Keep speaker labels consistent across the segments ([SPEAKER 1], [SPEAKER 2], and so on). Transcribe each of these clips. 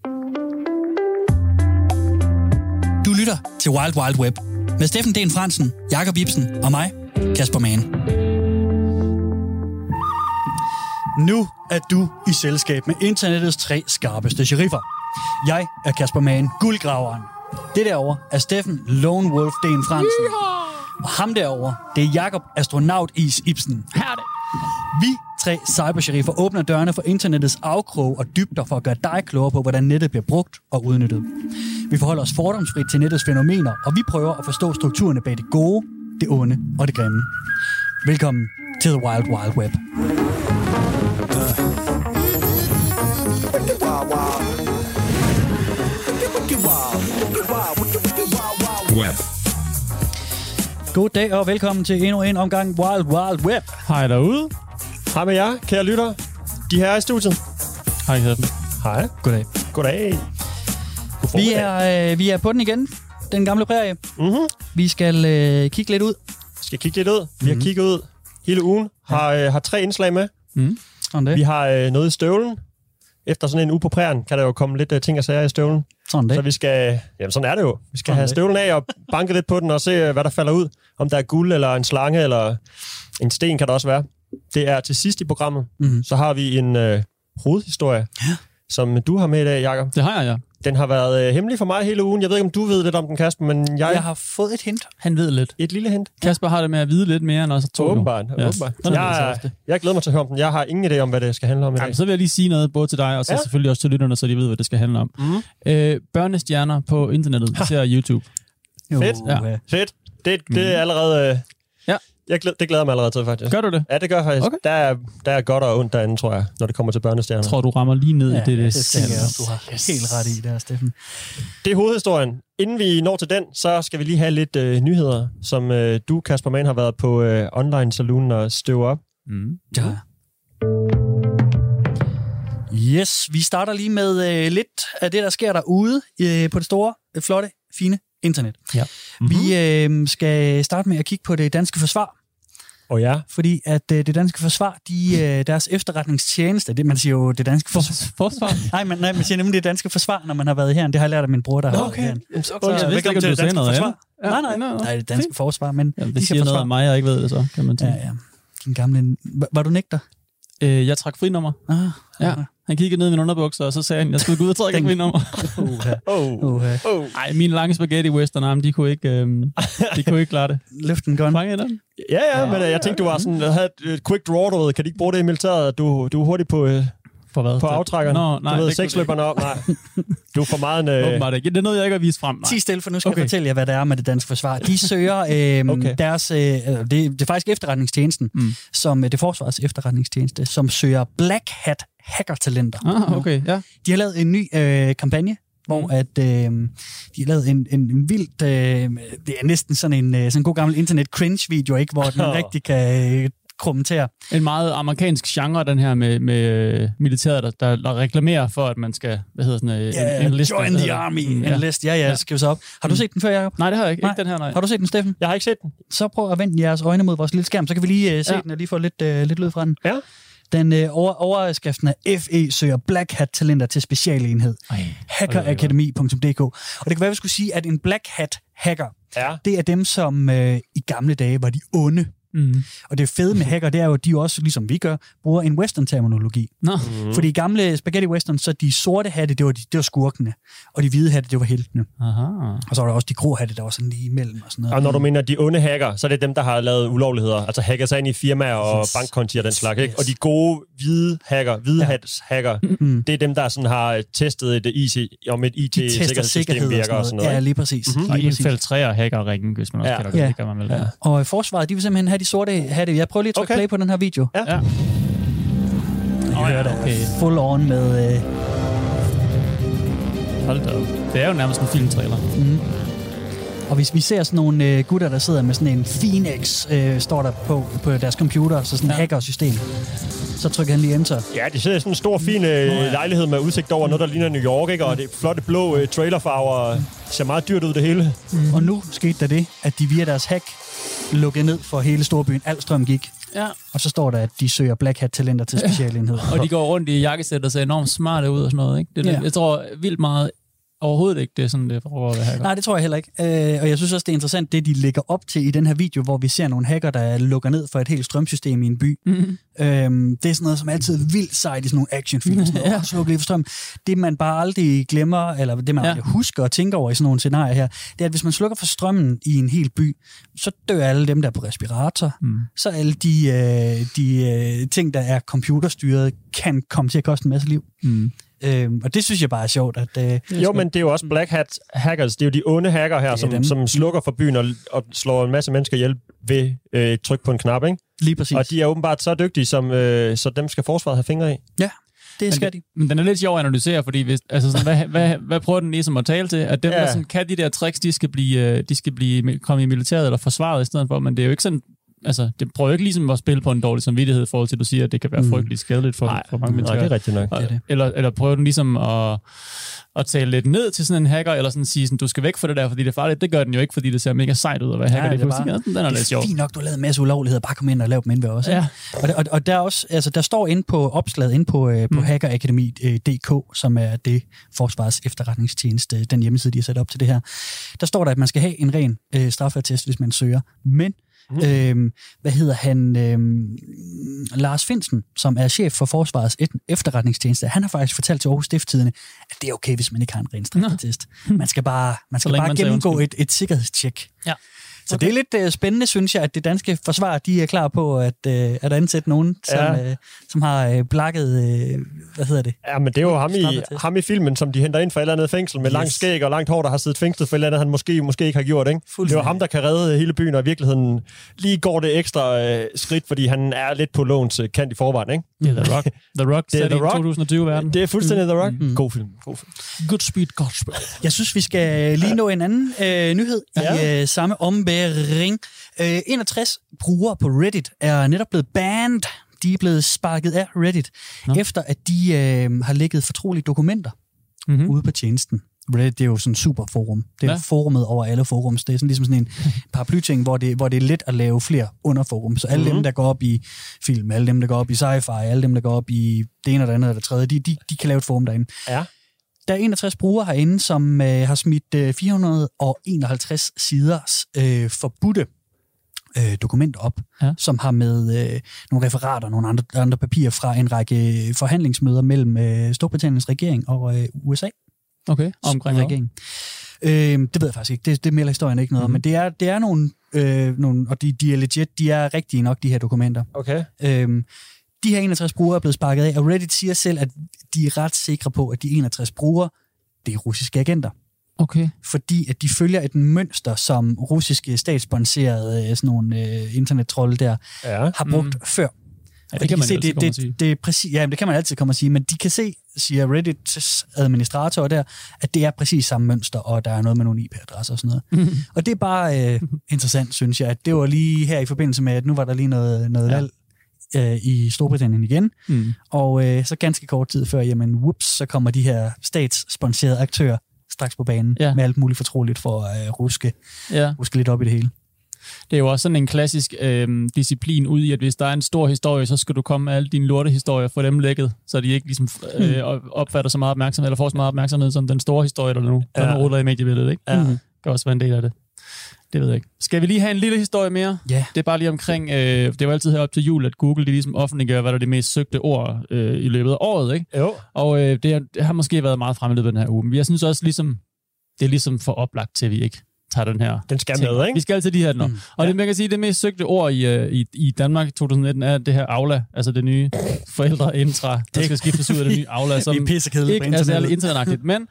[SPEAKER 1] Du lytter til Wild Wild Web med Steffen D. Fransen, Jakob Ibsen og mig, Kasper Mann. Nu er du i selskab med internettets 3 skarpeste sheriffer. Jeg er Kasper Mann, guldgraveren. Det derovre er Steffen Lone Wolf D. Fransen. Og ham derovre, det er Jakob Astronaut Is Ibsen.
[SPEAKER 2] Her er det.
[SPEAKER 1] Vi 3 cybersheriffer åbner dørene for internettets afkrog og dybder for at gøre dig klogere på, hvordan nettet bliver brugt og udnyttet. Vi forholder os fordomsfrit til nettets fænomener, og vi prøver at forstå strukturerne bag det gode, det onde og det grimme. Velkommen til The Wild Wild Web.
[SPEAKER 3] Web.
[SPEAKER 1] God dag og velkommen til endnu en omgang Wild Wild Web.
[SPEAKER 2] Hej derude.
[SPEAKER 4] Hej med jer, kære lyttere. De her er i studiet.
[SPEAKER 2] Hej, Kasper.
[SPEAKER 4] Hej.
[SPEAKER 1] Goddag.
[SPEAKER 4] Goddag.
[SPEAKER 1] Vi er på den igen, den gamle prærie.
[SPEAKER 4] Mm-hmm.
[SPEAKER 1] Vi skal kigge lidt ud.
[SPEAKER 4] Skal kigge lidt ud. Vi har kigget ud hele ugen. Har 3 indslag med.
[SPEAKER 1] Sådan det.
[SPEAKER 4] Vi har noget i støvlen. Efter sådan en uge på prærien, kan der jo komme lidt ting og sager i støvlen.
[SPEAKER 1] Sådan det.
[SPEAKER 4] Så vi skal... Jamen, sådan er det jo. Vi skal have støvlen af og banke lidt på den og se, hvad der falder ud. Om der er guld, eller en slange, eller en sten kan der også være. Det er til sidst i programmet. Så har vi en hovedhistorie, som du har med i dag, Jakob.
[SPEAKER 2] Det har jeg, ja.
[SPEAKER 4] Den har været hemmelig for mig hele ugen. Jeg ved ikke, om du ved lidt om den, Kasper, men
[SPEAKER 1] Jeg har fået et hint.
[SPEAKER 2] Han ved lidt.
[SPEAKER 4] Et lille hint.
[SPEAKER 2] Kasper har det med at vide lidt mere end os to.
[SPEAKER 4] Åbenbart.
[SPEAKER 2] Ja.
[SPEAKER 4] Jeg glæder mig til at høre om den. Jeg har ingen idé om, hvad det skal handle om i dag.
[SPEAKER 2] Jamen, så vil jeg lige sige noget både til dig, og så selvfølgelig også til lytterne, så de ved, hvad det skal handle om. Børnestjerner på internettet, især YouTube.
[SPEAKER 4] Fedt.
[SPEAKER 2] Ja.
[SPEAKER 4] Fedt. Det er allerede... Det glæder mig allerede til, faktisk.
[SPEAKER 2] Gør du det?
[SPEAKER 4] Ja, det gør jeg faktisk.
[SPEAKER 2] Okay.
[SPEAKER 4] Der er godt og ondt derinde, tror jeg, når det kommer til børnestjerner.
[SPEAKER 2] Jeg tror, du rammer lige ned i det.
[SPEAKER 1] Det tænker jeg også, du har helt ret i der, Steffen.
[SPEAKER 4] Det er hovedhistorien. Inden vi når til den, så skal vi lige have lidt nyheder, som du, Kasper Mann, har været på online saloon og støve op.
[SPEAKER 1] Ja. Yes, vi starter lige med lidt af det, der sker derude på det store, flotte, fine internet.
[SPEAKER 2] Ja.
[SPEAKER 1] Vi skal starte med at kigge på det danske forsvar.
[SPEAKER 4] Ja.
[SPEAKER 1] Fordi at det danske forsvar, deres efterretningstjeneste, det man siger jo det danske
[SPEAKER 2] forsvar.
[SPEAKER 1] Nej, man siger nemlig det danske forsvar, når man har været her. Det har jeg lært af min bror, der har været her.
[SPEAKER 2] Så velkommen til det danske forsvar.
[SPEAKER 1] Nej, det danske forsvar, men
[SPEAKER 2] det siger noget af mig, jeg ikke ved det så, kan man sige.
[SPEAKER 1] Ja. Din gamle... Var du nægter?
[SPEAKER 2] Jeg trak frinummer. Ja. Han kiggede ned i mine underbukser, og så sagde han, jeg skulle gå ud og trække frinummer. Ej, mine lange spaghetti western arme, de kunne ikke klare det.
[SPEAKER 1] Løft en gun.
[SPEAKER 2] Mange dem.
[SPEAKER 4] Ja, men jeg tænkte, du var sådan, havde et quick draw, du ved. Kan de ikke bruge det i militæret? Du er hurtig på...
[SPEAKER 2] For hvad?
[SPEAKER 4] På aftrækkerne.
[SPEAKER 2] Nej,
[SPEAKER 4] du ved, sexløberne op. Nej. Du er for meget en...
[SPEAKER 2] Åbenbart ikke. Det er noget, jeg ikke har vist frem.
[SPEAKER 1] Ti stille, for nu skal jeg fortælle jer, hvad det er med det danske forsvar. De søger deres... det er faktisk efterretningstjenesten, som det forsvars efterretningstjeneste, som søger Black Hat hackertalenter.
[SPEAKER 2] Okay, ja.
[SPEAKER 1] De har lavet en ny kampagne, hvor at, de har lavet en vild... det er næsten sådan en god gammel internet cringe-video, ikke, hvor den rigtig kan... kommentere.
[SPEAKER 2] En meget amerikansk genre, den her med militæret, der reklamerer for, at man skal, enlist.
[SPEAKER 1] Join the army. Enlist, skriv så op. Har du set den før, Jacob?
[SPEAKER 2] Nej, det har jeg ikke. Ikke den her, nej.
[SPEAKER 1] Har du set den, Steffen?
[SPEAKER 4] Jeg har ikke set den.
[SPEAKER 1] Så prøv at vende jeres øjne mod vores lille skærm, så kan vi lige se den og lige få lidt lyd fra den.
[SPEAKER 4] Ja.
[SPEAKER 1] Den overskriften af FE søger Black Hat talenter til specialenhed. Hackerakademi.dk. Og det kan være, vi skulle sige, at en Black Hat hacker, det er dem, som i gamle dage var de onde. Og det fede med hacker, det er jo, at de også, ligesom vi gør, bruger en western-terminologi. Fordi i gamle spaghetti western, så de sorte hatte, det var skurkene, og de hvide hatte, det var heltene. Og så var der også de grå hatte, der var sådan lige imellem og sådan noget.
[SPEAKER 4] Og når du mener de onde hacker, så er det dem, der har lavet ulovligheder, altså hacker sig ind i firmaer og bankkonti og den slags, ikke? Og de gode hvide hacker, det er dem, der sådan har testet et IT-sikkerhedssystem virker og sådan noget.
[SPEAKER 1] Ja, lige præcis.
[SPEAKER 2] Og infiltrerer hackerringen, hvis man også kalder det. Det kan man vel.
[SPEAKER 1] Og forsvaret, de vil simpelthen have de sorte hatte. Jeg prøver lige at trykke play på den her video.
[SPEAKER 2] Ja.
[SPEAKER 1] Jeg hører det full on med...
[SPEAKER 2] Hold da op. Det er jo nærmest en filmtrailer.
[SPEAKER 1] Og hvis vi ser sådan nogle gutter, der sidder med sådan en Phoenix, står der på deres computer, så sådan et hackersystem, så trykker han lige enter.
[SPEAKER 4] Ja, de sidder i sådan en stor, fin lejlighed med udsigt over noget, der ligner New York, ikke? Og det er flotte blå trailerfarver. Ser meget dyrt ud, det hele.
[SPEAKER 1] Og nu skete der det, at de via deres hack lukkede ned for hele storbyen. Al strøm gik.
[SPEAKER 2] Ja.
[SPEAKER 1] Og så står der, at de søger Black Hat-talenter til specialenheder.
[SPEAKER 2] Og de går rundt i jakkesæt og ser enormt smarte ud og sådan noget, ikke? Det er, jeg tror vildt meget overhovedet ikke, det er sådan, det prøver at være hacker.
[SPEAKER 1] Nej, det tror jeg heller ikke. Og jeg synes også, det er interessant, det de lægger op til i den her video, hvor vi ser nogle hacker, der lukker ned for et helt strømsystem i en by.
[SPEAKER 2] Mm-hmm.
[SPEAKER 1] Det er sådan noget, som altid er vildt sejt i sådan nogle actionfilm. Så lukker lige for strøm. Det man bare aldrig glemmer, eller det man aldrig husker og tænker over i sådan nogle scenarier her, det er, at hvis man slukker for strømmen i en hel by, så dør alle dem, der er på respirator. Så alle de ting, der er computerstyret, kan komme til at koste en masse liv. Og det synes jeg bare er sjovt. At,
[SPEAKER 4] jo, men det er jo også Black Hat hackers. Det er jo de onde hacker her, som slukker for byen og slår en masse mennesker ihjel ved et tryk på en knap, ikke?
[SPEAKER 1] Lige præcis.
[SPEAKER 4] Og de er åbenbart så dygtige, så dem skal forsvaret have fingre i.
[SPEAKER 1] Ja, det skal de.
[SPEAKER 2] Men den er lidt sjov at analysere, fordi hvis, altså sådan, hvad prøver den ligesom at tale til? At dem, der sådan, kan de der tricks, de skal komme i militæret eller forsvaret i stedet for, men det er jo ikke sådan. Altså, det prøver ikke ligesom at spille på en dårlig samvittighed i forhold til, at du siger, at det kan være frygteligt skadeligt for mange mennesker.
[SPEAKER 4] Nej, det er rigtigt nok.
[SPEAKER 2] Eller prøver den ligesom at tale lidt ned til sådan en hacker, eller sådan sige, sådan, du skal væk fra det der, fordi det er farligt. Det gør den jo ikke, fordi det ser mega sejt ud at være hacker. Den er lidt sjov.
[SPEAKER 1] Det er fint nok, du har lavet en masse ulovligheder. Bare kom ind og lav dem ind ved os. Ja. Og der er også, altså, der står inde på opslaget, inde på hackerakademi.dk, som er det Forsvarets efterretningstjeneste, den hjemmeside, de har sat op til det her. Der står der, at man skal have en ren straffeattest, hvis man søger. Men hvad hedder han? Lars Finsen, som er chef for Forsvarets efterretningstjeneste, han har faktisk fortalt til Aarhus Stiftstidende, at det er okay, hvis man ikke har en ren straffeattest. Man skal bare gennemgå et sikkerhedstjek. Ja. Så det er lidt spændende, synes jeg, at det danske forsvar, de er klar på at ansætte nogen, som har blakket, hvad hedder det?
[SPEAKER 4] Ja, men det er jo ham i filmen, som de henter ind fra et eller andet fængsel med langt skæg og langt hår, der har siddet fængslet for et eller andet, han måske ikke har gjort, ikke? Det er jo ham, der kan redde hele byen, og i virkeligheden lige går det ekstra skridt, fordi han er lidt på lovens kant i forvejen, ikke?
[SPEAKER 2] Det er The Rock. The Rock, det er The Rock. 2020-verden.
[SPEAKER 4] Det er fuldstændig The Rock. God film.
[SPEAKER 2] Good speed, God speed.
[SPEAKER 1] Jeg synes, vi skal lige nå en anden nyhed i samme ombæring. 61 brugere på Reddit er netop blevet banned. De er blevet sparket af Reddit, efter at de har lækket fortrolige dokumenter ude på tjenesten. Reddit, det er jo sådan en super forum. Det er forumet over alle forums. Det er sådan ligesom sådan en paraplyting, hvor det er let at lave flere underforum. Så alle dem, der går op i film, alle dem, der går op i sci-fi, alle dem, der går op i det ene og det andet og det tredje, de kan lave et forum derinde. Ja. Der er 61 brugere herinde, som har smidt 451 siders forbudte dokumenter op, som har med nogle referater, nogle andre papirer fra en række forhandlingsmøder mellem Storbritanniens regering og USA.
[SPEAKER 2] Okay, omkring
[SPEAKER 1] regeringen. Det ved jeg faktisk ikke. Det melder historien ikke noget om, men det er nogle og de er legit, de er rigtige nok, de her dokumenter.
[SPEAKER 4] Okay.
[SPEAKER 1] De her 61 brugere er blevet sparket af, og Reddit siger selv, at de er ret sikre på, at de 61 brugere, det er russiske agenter.
[SPEAKER 2] Okay.
[SPEAKER 1] Fordi at de følger et mønster, som russiske statssponserede sådan nogle internettrolde der har brugt før.
[SPEAKER 2] Ja, det kan man altid komme og sige.
[SPEAKER 1] Det er præcis, ja, det kan man altid komme og sige, men de kan se, siger Reddits administrator der, at det er præcis samme mønster, og der er noget med nogle IP-adresser og sådan noget. Og det er bare interessant, synes jeg, at det var lige her i forbindelse med, at nu var der lige noget valg i Storbritannien igen, og så ganske kort tid før, jamen whoops, så kommer de her statssponserede aktører straks på banen med alt muligt fortroligt for at ruske lidt op i det hele.
[SPEAKER 2] Det er jo også sådan en klassisk disciplin ud i, at hvis der er en stor historie, så skal du komme med alle dine lortehistorier, få dem lækket, så de ikke ligesom opfatter så meget opmærksomhed, eller får så meget opmærksomhed som den store historie, der nu ruller i mediebilledet, ikke? Ja. Kan også være en del af det. Det ved jeg ikke. Skal vi lige have en lille historie mere?
[SPEAKER 1] Ja.
[SPEAKER 2] Det er bare lige omkring, det var altid her op til jul, at Google de ligesom offentliggør, hvad der er det mest søgte ord i løbet af året, ikke?
[SPEAKER 4] Jo.
[SPEAKER 2] Og det har måske været meget fremme i løbet af den her uge, men jeg synes også ligesom, det er ligesom for oplagt til, at vi ikke tager den her.
[SPEAKER 4] Den skal med, ikke?
[SPEAKER 2] Vi skal altid de her nu. Og det, man kan sige, det mest søgte ord i Danmark 2019 er det her Aula, altså det nye forældreintra, der skal skiftes ud af det nye Aula, som
[SPEAKER 1] ikke
[SPEAKER 2] er særlig internetagtigt. Men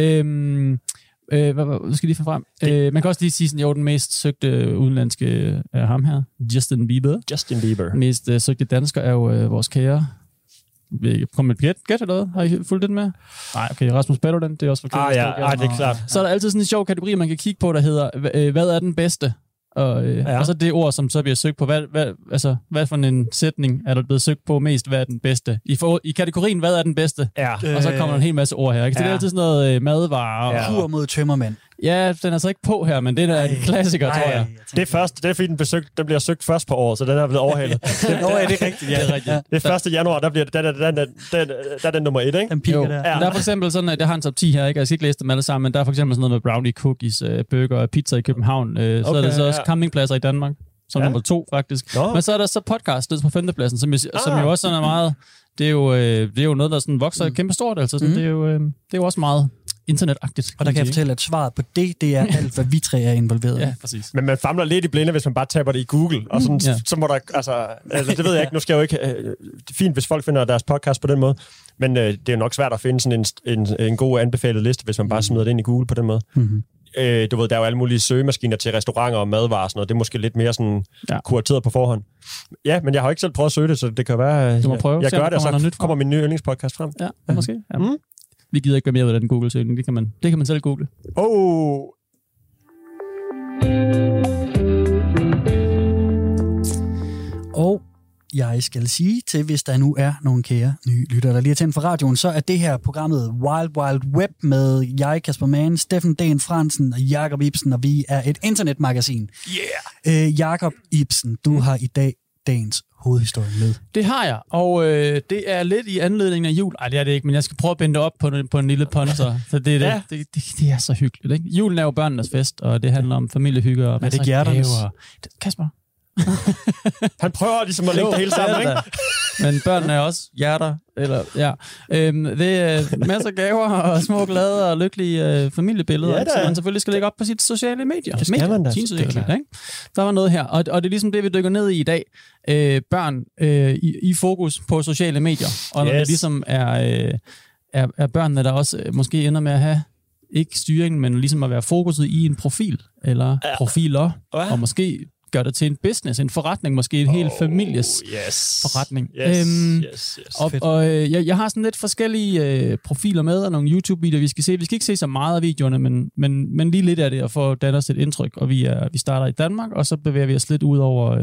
[SPEAKER 2] hvad skal lige få frem? Man kan også lige sige, sådan, jo, den mest søgte udenlandske er ham her, Justin Bieber. Den mest søgte dansker er jo vores kære. Kom med et gæt eller noget? Har I fulgt det med? Nej, okay, Rasmus Paludan, det er også forkert.
[SPEAKER 4] Det er klart.
[SPEAKER 2] Så er der altid sådan en sjov kategori, man kan kigge på, der hedder, hvad er den bedste? Og så det ord, som så bliver søgt på. Hvad for en sætning er der blevet søgt på mest? Hvad er den bedste? I kategorien, hvad er den bedste? Ja. Og så kommer der en hel masse ord her. Ikke? Så det er altid sådan noget madvarer.
[SPEAKER 1] Kur mod tømmermænd.
[SPEAKER 2] Ja, den er så ikke på her, men det er en klassiker, tror jeg.
[SPEAKER 4] Det er fordi, den bliver søgt først på året, så den er blevet overhalet.
[SPEAKER 1] Det er rigtigt. Ja, det er rigtigt.
[SPEAKER 4] Det er 1. januar, der er den nummer 1, ikke?
[SPEAKER 1] Den piker der.
[SPEAKER 2] Ja. Der er for eksempel sådan, at jeg har en top 10 her, ikke? Jeg skal ikke læse dem alle sammen, men der er for eksempel sådan noget med brownie, cookies, burger og pizza i København. Så er der så også campingpladser i Danmark, som nummer 2 faktisk. Men så er der så podcast, det er på 5. pladsen, som jo også sådan er meget... Det er jo noget, der sådan vokser kæmpestort, altså. Sådan, det er jo også meget internetagtigt.
[SPEAKER 1] Og der kan jeg fortælle, at svaret på det er alt, hvad vi tre er involveret i.
[SPEAKER 2] Ja, præcis.
[SPEAKER 4] Men man famler lidt i blinde, hvis man bare taber det i Google, og sådan, så må der, altså, det ved jeg ikke, nu skal jeg jo ikke, det er fint, hvis folk finder deres podcast på den måde, men det er jo nok svært at finde sådan en god anbefalet liste, hvis man bare smider det ind i Google på den måde. Du ved, der er jo alle mulige søgemaskiner til restauranter og madvarer, og det er måske lidt mere sådan kurateret på forhånd. Ja, men jeg har ikke selv prøvet at søge det, så det kan være...
[SPEAKER 2] Du må prøve,
[SPEAKER 4] jeg gør det, og så kommer min nye yndlingspodcast frem.
[SPEAKER 2] Ja, måske. Ja. Vi gider ikke være mere ud af den Google-søgning. Det kan man selv google.
[SPEAKER 1] Og jeg skal sige til, hvis der nu er nogle kære nye lyttere, der lige er tændt for radioen, så er det her programmet Wild Wild Web med jeg, Kasper Mann, Steffen Dan Fransen og Jakob Ibsen, og vi er et internetmagasin. Jakob Ibsen, du har i dag dagens hovedhistorie med.
[SPEAKER 2] Det har jeg, og det er lidt i anledning af jul. Ej, det er det ikke, men jeg skal prøve at binde det op på en lille ponser. Så det er så hyggeligt, ikke? Julen er jo børnenes fest, og det handler om familiehygge og
[SPEAKER 1] masser af gaver.
[SPEAKER 2] Kasper?
[SPEAKER 4] Han prøver ligesom at lægge det hele sammen, ikke?
[SPEAKER 2] Men børnene er også hjerter. Eller, ja. Det er masser af gaver og små, glade og lykkelige familiebilleder, som man selvfølgelig skal lægge op på sit sociale medier.
[SPEAKER 4] Det skal man da.
[SPEAKER 2] Ikke? Der var noget her, og det er ligesom det, vi dykker ned i dag. Børn i fokus på sociale medier. Og når det ligesom er børnene, der også måske ender med at have ikke styringen, men ligesom at være fokuset i en profil, eller profiler, og måske gør det til en business, en forretning, måske en hel families forretning. Jeg har sådan lidt forskellige profiler med, og nogle YouTube-videoer, vi skal se. Vi skal ikke se så meget af videoerne, men lige lidt af det, og få dannet os et indtryk. Og vi starter i Danmark, og så bevæger vi os lidt ud over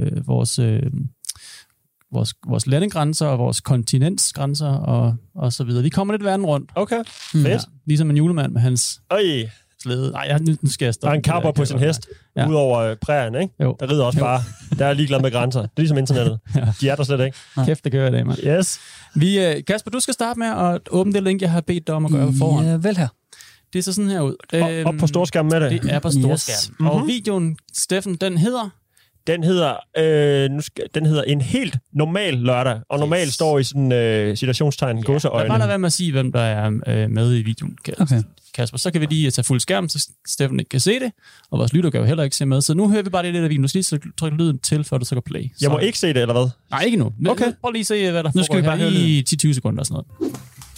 [SPEAKER 2] vores landegrænser, og vores kontinentsgrænser, og så videre. Vi kommer lidt verden rundt.
[SPEAKER 4] Okay, fedt.
[SPEAKER 2] Ja, ligesom en julemand med hans... slæde. Nej, nu skal jeg stoppe.
[SPEAKER 4] Der er en kapper på sin hest, ud over prærien, ikke?
[SPEAKER 2] Jo.
[SPEAKER 4] Der rider også bare. Der er ligeglad med grænser. Det er ligesom internettet. De er der slet ikke.
[SPEAKER 2] Kæft, det kører i dag, mand.
[SPEAKER 4] Yes.
[SPEAKER 2] Kasper, du skal starte med at åbne det link, jeg har bedt dig om at gøre på forhånd.
[SPEAKER 1] Ja, vel her.
[SPEAKER 2] Det ser sådan her ud.
[SPEAKER 4] Op på storskærmen med det.
[SPEAKER 2] Det er på storskærmen. Og videoen, Steffen, den hedder...
[SPEAKER 4] Den hedder en helt normal lørdag, og normal står i sådan citationstegn godseøjne.
[SPEAKER 2] Lad være med at sige, hvem der er med i videoen, Kasper. Så kan vi lige tage fuld skærm, så Steffen ikke kan se det, og vores lytter kan jo heller ikke se med. Så nu hører vi bare lidt af videoen. Nu skal lige trykke lyden til, før du så kan play.
[SPEAKER 4] Jeg må ikke se det, eller hvad?
[SPEAKER 2] Nej, ikke nu. Okay. Prøv lige at se, hvad der
[SPEAKER 1] nu skal vi bare høre
[SPEAKER 2] i 10-20 sekunder og sådan noget.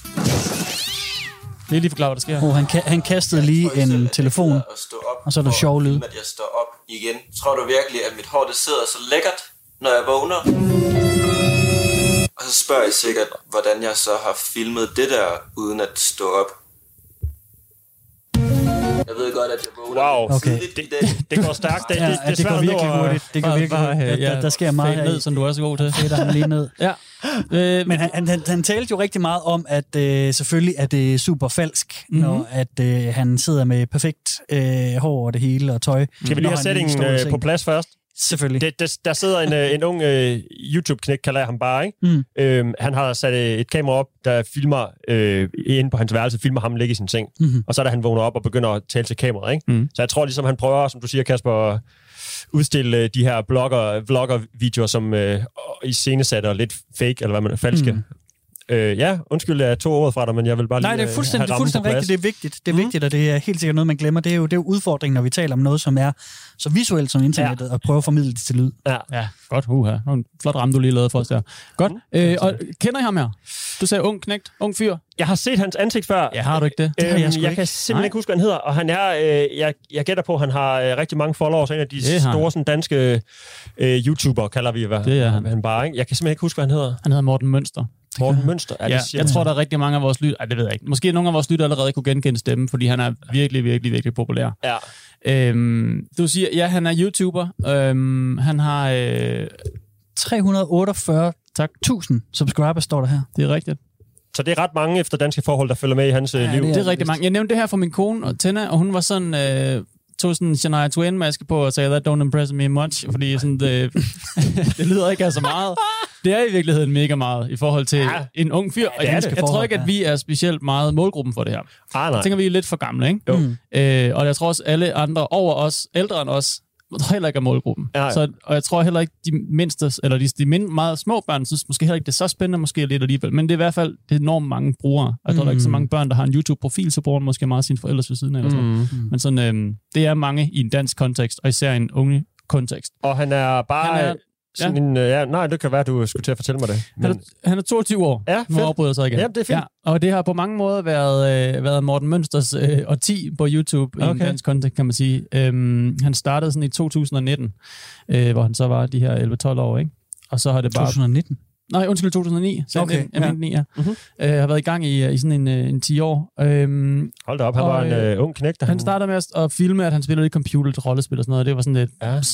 [SPEAKER 2] Det er lige forklare, hvad der
[SPEAKER 1] sker. Han kastede lige en telefon, og så er der sjov lyd.
[SPEAKER 3] At jeg står op igen. Tror du virkelig, at mit hår det sidder så lækkert, når jeg vågner? Og så spørger I sikkert, hvordan jeg så har filmet det der, uden at stå op. Jeg ved godt, at jeg vågner tidligt i dag.
[SPEAKER 4] Det går stærkt.
[SPEAKER 1] Det går virkelig hurtigt. Det går virkelig hurtigt. Der sker meget her.
[SPEAKER 2] Ned, som du også er god til.
[SPEAKER 1] Det er lige ned.
[SPEAKER 2] Ja.
[SPEAKER 1] Men han talte jo rigtig meget om, at selvfølgelig er det super falsk, når at han sidder med perfekt hår og det hele og tøj.
[SPEAKER 4] Skal vi lige have settingen på plads først?
[SPEAKER 1] Selvfølgelig.
[SPEAKER 4] Der sidder en ung YouTube-knæk, kalder jeg ham bare, ikke? Han har sat et kamera op, der filmer inde på hans værelse, filmer ham ligge i sin seng. Og så er der, han vågner op og begynder at tale til kameraet, ikke? Så jeg tror ligesom, han prøver, som du siger, Kasper, at udstille de her vlogger-videoer, som iscenesatte og lidt fake, eller hvad man er, falske. Undskyld, jeg tog ordet fra dig, men jeg vil bare lige
[SPEAKER 1] Nej, det er fuldstændig rigtigt. Det er vigtigt. Det er vigtigt, og det er helt sikkert noget, man glemmer. Det er jo udfordringen, når vi taler om noget, som er så visuelt som internettet, og prøve at formidle det til lyd.
[SPEAKER 2] Ja, godt. En flot ramme, du lige lavede for os der. Godt. Og kender I ham her? Du sagde ung knægt, ung fyr.
[SPEAKER 4] Jeg har set hans ansigt før.
[SPEAKER 2] Ja, har du ikke det?
[SPEAKER 4] Jeg kan simpelthen ikke huske, hvad han hedder, og han er, jeg gætter på, at han har rigtig mange followers, en af de store sådan, danske YouTuber, kalder vi, hvad det er han bare, ikke? Jeg kan simpelthen ikke huske, hvad han hedder.
[SPEAKER 2] Han hedder Morten Mønster.
[SPEAKER 4] Morten Mønster?
[SPEAKER 2] Jeg tror, der er rigtig mange af vores lytter... det ved jeg ikke. Måske nogle af vores lytter allerede kunne genkende stemmen, fordi han er virkelig, virkelig, virkelig populær.
[SPEAKER 4] Ja.
[SPEAKER 2] Du siger, han er YouTuber. Han har...
[SPEAKER 1] 348.000 subscribers står der her.
[SPEAKER 2] Det er rigtigt.
[SPEAKER 4] Så det er ret mange efter danske forhold, der følger med i hans liv.
[SPEAKER 2] Det er rigtig mange. Jeg nævnte det her for min kone, og Tenna, og hun var sådan... tog sådan en Shania Twain-maske på og sagde, that don't impress me much, fordi sådan det lyder ikke af så meget. Det er i virkeligheden mega meget i forhold til en ung fyr. Og jeg tror ikke, at vi er specielt meget målgruppen for det her. Jeg tænker, vi er lidt for gamle, ikke? Og jeg tror også, alle andre over os, ældre end os, heller ikke er målgruppen. Og jeg tror heller ikke, de mindste, eller de meget små børn, synes måske heller ikke, det er så spændende, måske lidt alligevel. Men det er i hvert fald det er enormt mange brugere. Jeg tror, der er ikke så mange børn, der har en YouTube-profil, så bruger man måske meget sine forældres ved siden af. Eller sådan. Men sådan, det er mange i en dansk kontekst, og især i en unge kontekst.
[SPEAKER 4] Og han er bare... nej, det kan være, du skulle til at fortælle mig det.
[SPEAKER 2] Men... Han er 22 år.
[SPEAKER 4] Ja,
[SPEAKER 2] nu afbryder sig igen.
[SPEAKER 4] Ja, det er fint. Ja,
[SPEAKER 2] og det har på mange måder været Morten Mønsters årti på YouTube i en dansk kontekst, kan man sige. Han startede sådan i 2019, hvor han så var de her 11-12 år, ikke? Og så har det bare...
[SPEAKER 1] 2019?
[SPEAKER 2] Nej, undskyld, 2009. Okay, jeg mente 9, ja. Har været i gang i sådan en 10 år.
[SPEAKER 4] Hold da op, han var en ung knægt.
[SPEAKER 2] Han startede med at filme, at han spillede lidt computer, rollespil og sådan noget. Det var sådan lidt...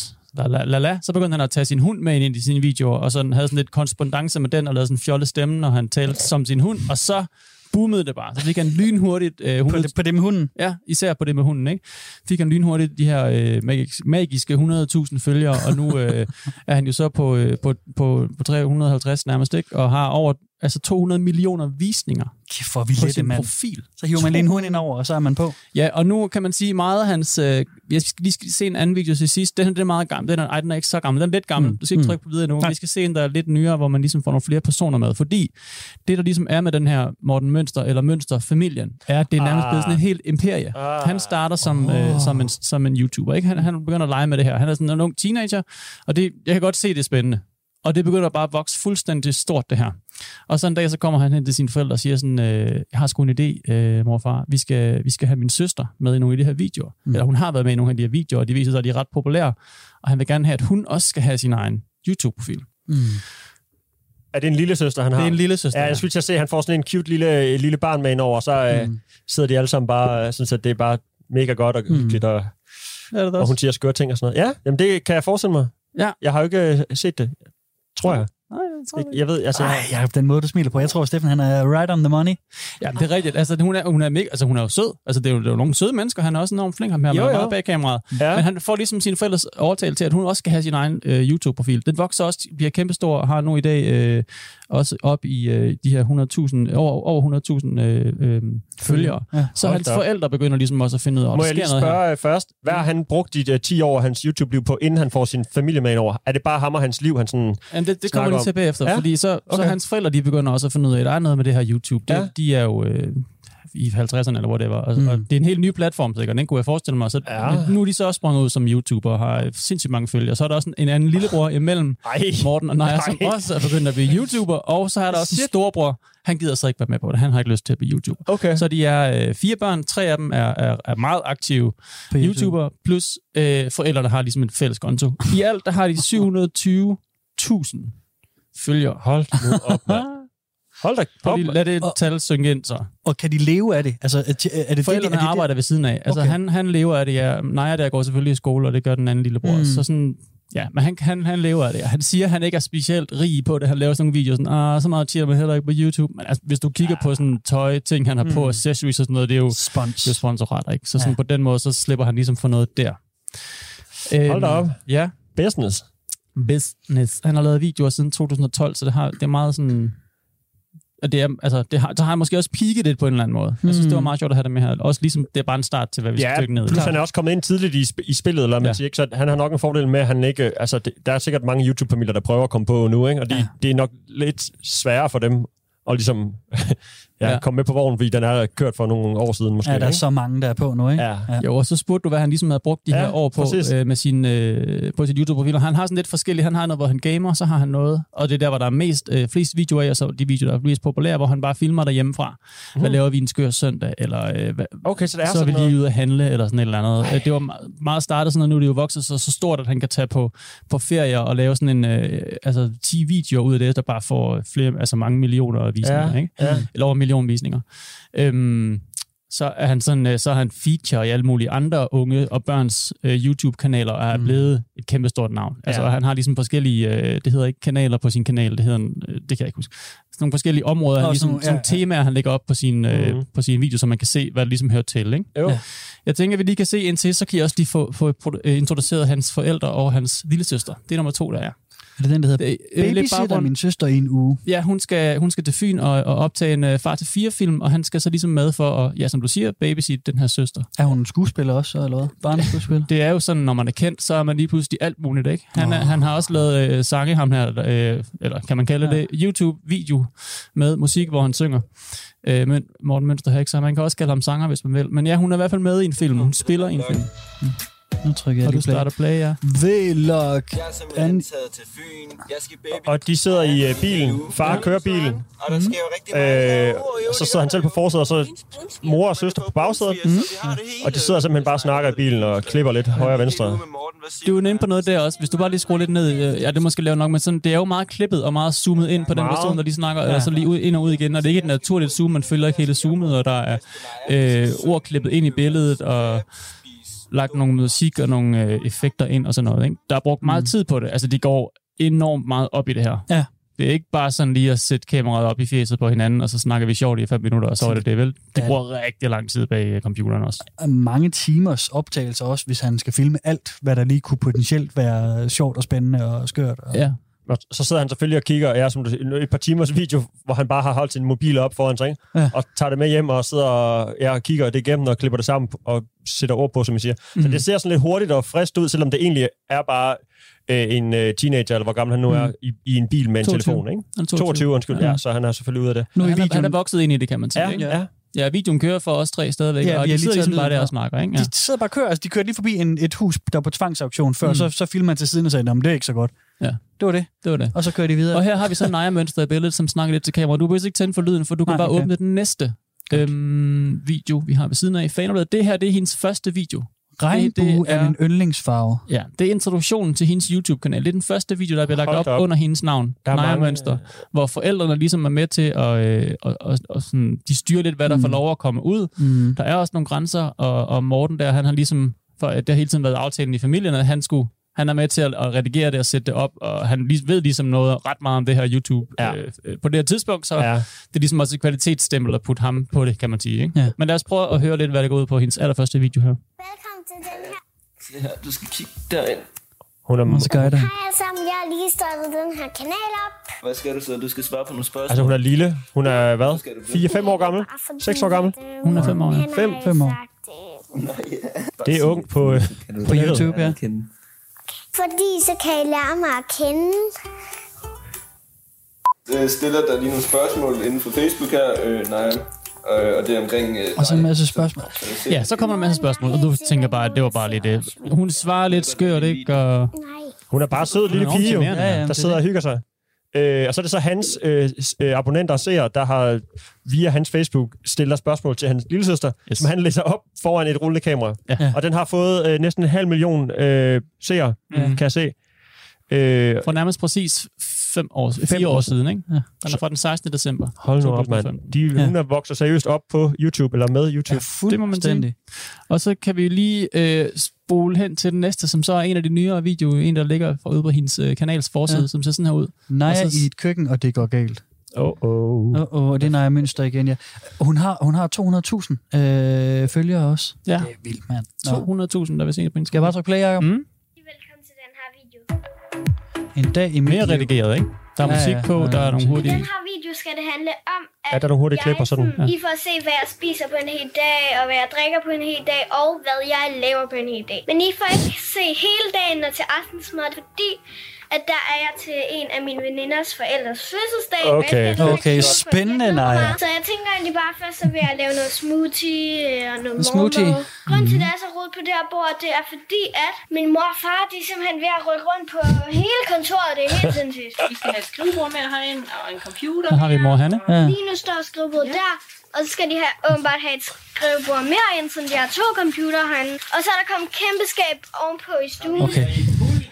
[SPEAKER 2] Så begyndte han at tage sin hund med ind i sine videoer, og sådan havde sådan lidt korrespondance med den, og lavede sådan en fjollet stemme, når han talte som sin hund, og så boomede det bare. Så fik han lynhurtigt...
[SPEAKER 1] På det med hunden?
[SPEAKER 2] Ja, især på det med hunden, ikke? Fik han lynhurtigt de her magiske 100.000 følgere, og nu er han jo så på 350 nærmest, ikke? Og har over 200 millioner visninger
[SPEAKER 1] på sin profil. Så hiver man lige en hund ind over, og så er man på.
[SPEAKER 2] Ja, og nu kan man sige meget af hans... vi skal se en anden video til sidst. Den er meget gammel. Den er ikke så gammel. Den er lidt gammel. Du skal ikke trykke på videre nu. Vi skal se en, der er lidt nyere, hvor man ligesom får nogle flere personer med. Fordi det, der ligesom er med den her Morten Mønster, eller Mønster-familien, er, at det er nærmest blevet sådan et helt imperie. Han starter som en YouTuber, ikke? Han begynder at lege med det her. Han er sådan en ung teenager, og jeg kan godt se, det er spændende. Og det begynder bare at vokse fuldstændig stort, det her. Og så en dag, så kommer han hen til sine forældre og siger sådan, jeg har sgu en idé, morfar. Vi skal have min søster med i nogle af de her videoer. Eller hun har været med i nogle af de her videoer, og de viser sig, at de er ret populære. Og han vil gerne have, at hun også skal have sin egen YouTube-profil.
[SPEAKER 4] Er det en lille søster, han har?
[SPEAKER 2] Det er en lille søster,
[SPEAKER 4] ja. Jeg synes, jeg ser, at han får sådan en cute lille barn med indover, og så sidder de alle sammen bare, synes at det er bare mega godt og hyggeligt, og hun siger skøre ting og sådan noget. Ja, jamen det kan jeg forestille mig. Ja. Jeg har jo ikke set det, tror jeg.
[SPEAKER 2] Nej,
[SPEAKER 1] jeg ved, altså... den måde, du smiler på. Jeg tror, Steffen, han er right on the money.
[SPEAKER 2] Ja, det er rigtigt. Altså, hun er mega... Altså, hun er jo sød. Altså, det er jo nogle søde mennesker. Han er også enormt flink. Han er meget bag kameraet. Ja. Men han får ligesom sine forældres overtale til, at hun også skal have sin egen YouTube-profil. Den vokser også, bliver kæmpestor og har nu i dag også op i de her 100.000, over 100.000 følgere. Ja. Så hans forældre begynder ligesom også at finde ud af,
[SPEAKER 4] må jeg lige spørge først, hvad har han brugt de 10 år af hans YouTube-liv på, inden han får sin familie med indover? Er det bare ham og hans liv, han sådan
[SPEAKER 2] det kommer lige til bagefter, fordi så hans forældre, de begynder også at finde ud af, at der er noget med det her YouTube. De er jo i 50'erne eller whatever, og det er en helt ny platform, sikkert. Den kunne jeg forestille mig. Så nu er de så også sprunget ud som YouTuber og har sindssygt mange følgere. Så er der også en anden lillebror imellem Morten og Naja, som også er begyndt at blive YouTuber, og så er der også en storbror. Han gider så ikke være med på det. Han har ikke lyst til at blive YouTuber. Okay. Så de er 4 børn. 3 af dem er meget aktive på YouTuber, plus forældrene har ligesom en fælles konto. I alt, der har de 720.000 følgere.
[SPEAKER 4] Hold nu op, mand. Hold da op.
[SPEAKER 2] Lad det tal synge ind, så.
[SPEAKER 1] Og kan de leve af det? Altså, er det
[SPEAKER 2] forældrene arbejder ved siden af. Altså, han lever af det, ja. Naja, der går selvfølgelig i skole, og det gør den anden lillebror. Så sådan, ja, men han lever af det. Han siger, at han ikke er specielt rig på det. Han laver sådan nogle videoer, sådan, så meget tjener man heller ikke på YouTube. Men altså, hvis du kigger på sådan tøj, ting han har på, accessories og sådan noget, det er jo sponsorat, ikke? Så sådan, på den måde, så slipper han ligesom for noget der.
[SPEAKER 4] Hold da op.
[SPEAKER 2] Ja.
[SPEAKER 4] Business.
[SPEAKER 2] Han har lavet videoer siden 2012, så det er meget sådan... Og så har jeg måske også peaked det på en eller anden måde. Jeg synes, det var meget sjovt at have det med her. Også ligesom, det er bare en start til, hvad vi skal dykke ned.
[SPEAKER 4] Plus han er også kommet ind tidligt i spillet, eller man siger ikke, så han har nok en fordel med, at han ikke... Altså, der er sikkert mange YouTube-familier, der prøver at komme på nu, ikke? Og det er nok lidt sværere for dem at ligesom... komme med på vognen, fordi den er kørt for nogle år siden måske.
[SPEAKER 1] Ja, der er så mange, der er på nu, ikke?
[SPEAKER 2] Ja. Jo, og så spurgte du, hvad han ligesom havde brugt de her år på med sin på sit YouTube-profil. Han har sådan lidt forskellige. Han har noget, hvor han gamer, så har han noget, og det er der, hvor der er flest videoer af, og så de videoer, der er mest populære, hvor han bare filmer derhjemmefra. Hvad laver vi en skør søndag? Eller så er vi lige ude at handle, eller sådan et eller andet. Det var meget startet sådan, og nu er det jo vokset så stort, at han kan tage på ferier og lave sådan en 10 videoer ud af det, der bare får flere, mange millioner visninger, ikke? Eller over millionvisninger. så er han sådan, så er han feature i alle mulige andre unge og børns YouTube-kanaler, og er blevet et kæmpestort navn. Altså, han har ligesom forskellige, det hedder ikke kanaler på sin kanal, det hedder, det kan jeg ikke huske. Sådan nogle forskellige områder, ligesom, sådan temaer, han lægger op på sin video, så man kan se, hvad det ligesom hører til, ikke?
[SPEAKER 4] Jo.
[SPEAKER 2] Jeg tænker, at vi lige kan se indtil, så kan I også lige få introduceret hans forældre og hans lillesøster. Det er nummer 2, der er.
[SPEAKER 1] Er det den, der hedder Babysitter min søster i en uge?
[SPEAKER 2] Ja, hun skal til Fyn og optage en far til 4-film, og han skal så ligesom med for at, ja, som du siger, babysitte den her søster.
[SPEAKER 1] Er hun en skuespiller også, eller hvad? Barneskuespiller?
[SPEAKER 2] Det er jo sådan, når man er kendt, så er man lige pludselig alt muligt, ikke? Han har også lavet sange, ham her, eller kan man kalde det, YouTube-video med musik, hvor han synger. Men Morten Mønster har ikke, så man kan også kalde ham sanger, hvis man vil. Men ja, hun er i hvert fald med i en film. Hun spiller i en film.
[SPEAKER 1] Nu trykker jeg
[SPEAKER 2] lige play. Og du starter play, ja.
[SPEAKER 1] Vlog.
[SPEAKER 3] Jeg er simpelthen taget til Fyn. Jeg skal baby.
[SPEAKER 4] Og de sidder i bilen. Far kører bilen.
[SPEAKER 3] Og der sker jo rigtig meget.
[SPEAKER 4] Så sidder han selv på forsædet, og så mor og søster på bagsædet. Og de sidder simpelthen bare og snakker i bilen og klipper lidt højre og venstre.
[SPEAKER 2] Du er inde på noget der også. Hvis du bare lige skruer lidt ned, ja, det måske lave nok, men sådan, det er jo meget klippet og meget zoomet ind på den person, når de snakker, eller så lige ind og ud igen. Og det er ikke et naturligt zoom, man følger ikke hele zoomet, og der er ord klippet ind i billedet, og lagt nogle musik og nogle effekter ind og sådan noget, ikke? Der er brugt meget tid på det. Altså, de går enormt meget op i det her.
[SPEAKER 1] Ja.
[SPEAKER 2] Det er ikke bare sådan lige at sætte kameraet op i fjeset på hinanden, og så snakker vi sjovt i 5 minutter, og så er det vel. Det bruger rigtig lang tid bag computeren også.
[SPEAKER 1] Mange timers optagelser også, hvis han skal filme alt, hvad der lige kunne potentielt være sjovt og spændende og skørt.
[SPEAKER 2] Ja.
[SPEAKER 4] Og så sidder han selvfølgelig og kigger, og som et par timers video, hvor han bare har holdt sin mobil op foran sig, og tager det med hjem og sidder og kigger det igennem og klipper det sammen og sætter ord på, som I siger. Så det ser sådan lidt hurtigt og frisk ud, selvom det egentlig er bare en teenager, eller hvor gammel han nu er, i en bil med en 22. Telefon, ikke? 22, undskyld. Ja, så han er selvfølgelig ude af det.
[SPEAKER 2] Nu han er vokset ind i det, kan man sige.
[SPEAKER 4] Ja.
[SPEAKER 2] Ja, videoen kører for os 3 stadigvæk, og de sidder ligesom bare der og snakker, ikke? Ja.
[SPEAKER 1] De sidder bare og kører, altså de kørte lige forbi et hus, der var på tvangsauktion før, så filmer man til siden og sagde, men det er ikke så godt.
[SPEAKER 2] Ja.
[SPEAKER 1] Det var det. Og så kører de videre.
[SPEAKER 2] Og her har vi så Naja-mønster i billedet, som snakker lidt til kameraet. Du behøver ikke tænde for lyden, for du kan bare åbne den næste video, vi har ved siden af. Det her, det er hendes første video.
[SPEAKER 1] Regnbue er en yndlingsfarve.
[SPEAKER 2] Ja, det er introduktionen til hendes YouTube-kanal. Det er den første video, der bliver lagt op under hendes navn, Naja-mønster, hvor forældrene ligesom er med til at sådan, de styrer lidt, hvad der får lov at komme ud. Der er også nogle grænser, og Morten der, han har ligesom, for det har hele tiden været aftalen i familien, at han er med til at redigere det og sætte det op, og han ved ligesom noget ret meget om det her YouTube. På det her tidspunkt, så det er ligesom også et kvalitetsstempel at putte ham på det, kan man sige. Ikke? Ja. Men lad os prøve at høre lidt, hvad det går ud på hendes allerførste video her.
[SPEAKER 5] Velkommen til den her.
[SPEAKER 3] Se her, du skal kigge derind.
[SPEAKER 1] Hun er meget guide.
[SPEAKER 5] Hej alle sammen, jeg har lige startet den her kanal op.
[SPEAKER 3] Hvad skal du så? Du skal svare på nogle spørgsmål.
[SPEAKER 4] Altså hun er lille. Hun er hvad? 4-5 år gammel? 6 år gammel?
[SPEAKER 2] Hun er 5 år, ja.
[SPEAKER 1] 5 år.
[SPEAKER 4] Det er ungt på
[SPEAKER 1] YouTube, ja.
[SPEAKER 5] Fordi så kan I lære mig at kende.
[SPEAKER 3] Jeg stiller dig lige nogle spørgsmål inden for Facebook her, Naja. Og det er omkring...
[SPEAKER 1] og så en masse spørgsmål.
[SPEAKER 2] Ja, så kommer der en masse spørgsmål, og du tænker bare, at det var bare lidt... Hun svarer lidt skørt, ikke? Og...
[SPEAKER 4] Hun er bare sød lille pige, der sidder og hygger sig. Og så er det så hans abonnenter og seere, der har via hans Facebook stiller spørgsmål til hans lillesøster, som han læser op foran et rullende kamera. Ja. Og den har fået næsten 500.000 seere, kan jeg se.
[SPEAKER 2] For nærmest præcis 4 år siden, ikke? Ja. Den er fra den 16. december.
[SPEAKER 4] Hold nu op, mand. Hun er vokset seriøst op på YouTube, eller med YouTube.
[SPEAKER 2] Ja, det må man sige. Og så kan vi lige spole hen til den næste, som så er en af de nyere videoer, en der ligger ude på hendes kanals forside, som ser sådan her ud.
[SPEAKER 1] Naja i et køkken, og det går galt. Og det er Naja-mønster igen, ja. Hun har 200.000 følgere også.
[SPEAKER 2] Ja.
[SPEAKER 1] Det er vildt, mand.
[SPEAKER 2] 200.000, der vil se det på hendes.
[SPEAKER 1] Skal jeg bare trykke play, Jacob?
[SPEAKER 5] Velkommen til den her video.
[SPEAKER 1] En dag i
[SPEAKER 2] mere redigeret, ikke? Der er musik på, der er nogle hurtige...
[SPEAKER 5] Den her video skal det handle om, at
[SPEAKER 4] der nogle hurtige klipper sådan?
[SPEAKER 5] I får se, hvad jeg spiser på en hel dag, og hvad jeg drikker på en hel dag, og hvad jeg laver på en hel dag. Men I får ikke se hele dagen og til aftensmad, fordi at der er jeg til en af mine veninders forældres fødselsdag.
[SPEAKER 1] Okay, spændende, Naja.
[SPEAKER 5] Så jeg tænker egentlig bare først, så vil jeg lave noget smoothie og noget morgenmad. Grunden til, at det er så rodet på det her bord, det er fordi, at min mor og far, de er simpelthen ved at rykke rundt på hele kontoret. Det er helt sindssygt.
[SPEAKER 6] Vi skal have et skrivebord med herinde, og en computer.
[SPEAKER 2] Der har vi mor Hanne.
[SPEAKER 5] Ja. Lige nu står skrivebordet der, og så skal de åbenbart have et skrivebord mere ind, så de har 2 computere herinde. Og så er der kommet kæmpe skab ovenpå i stuen.
[SPEAKER 1] Okay.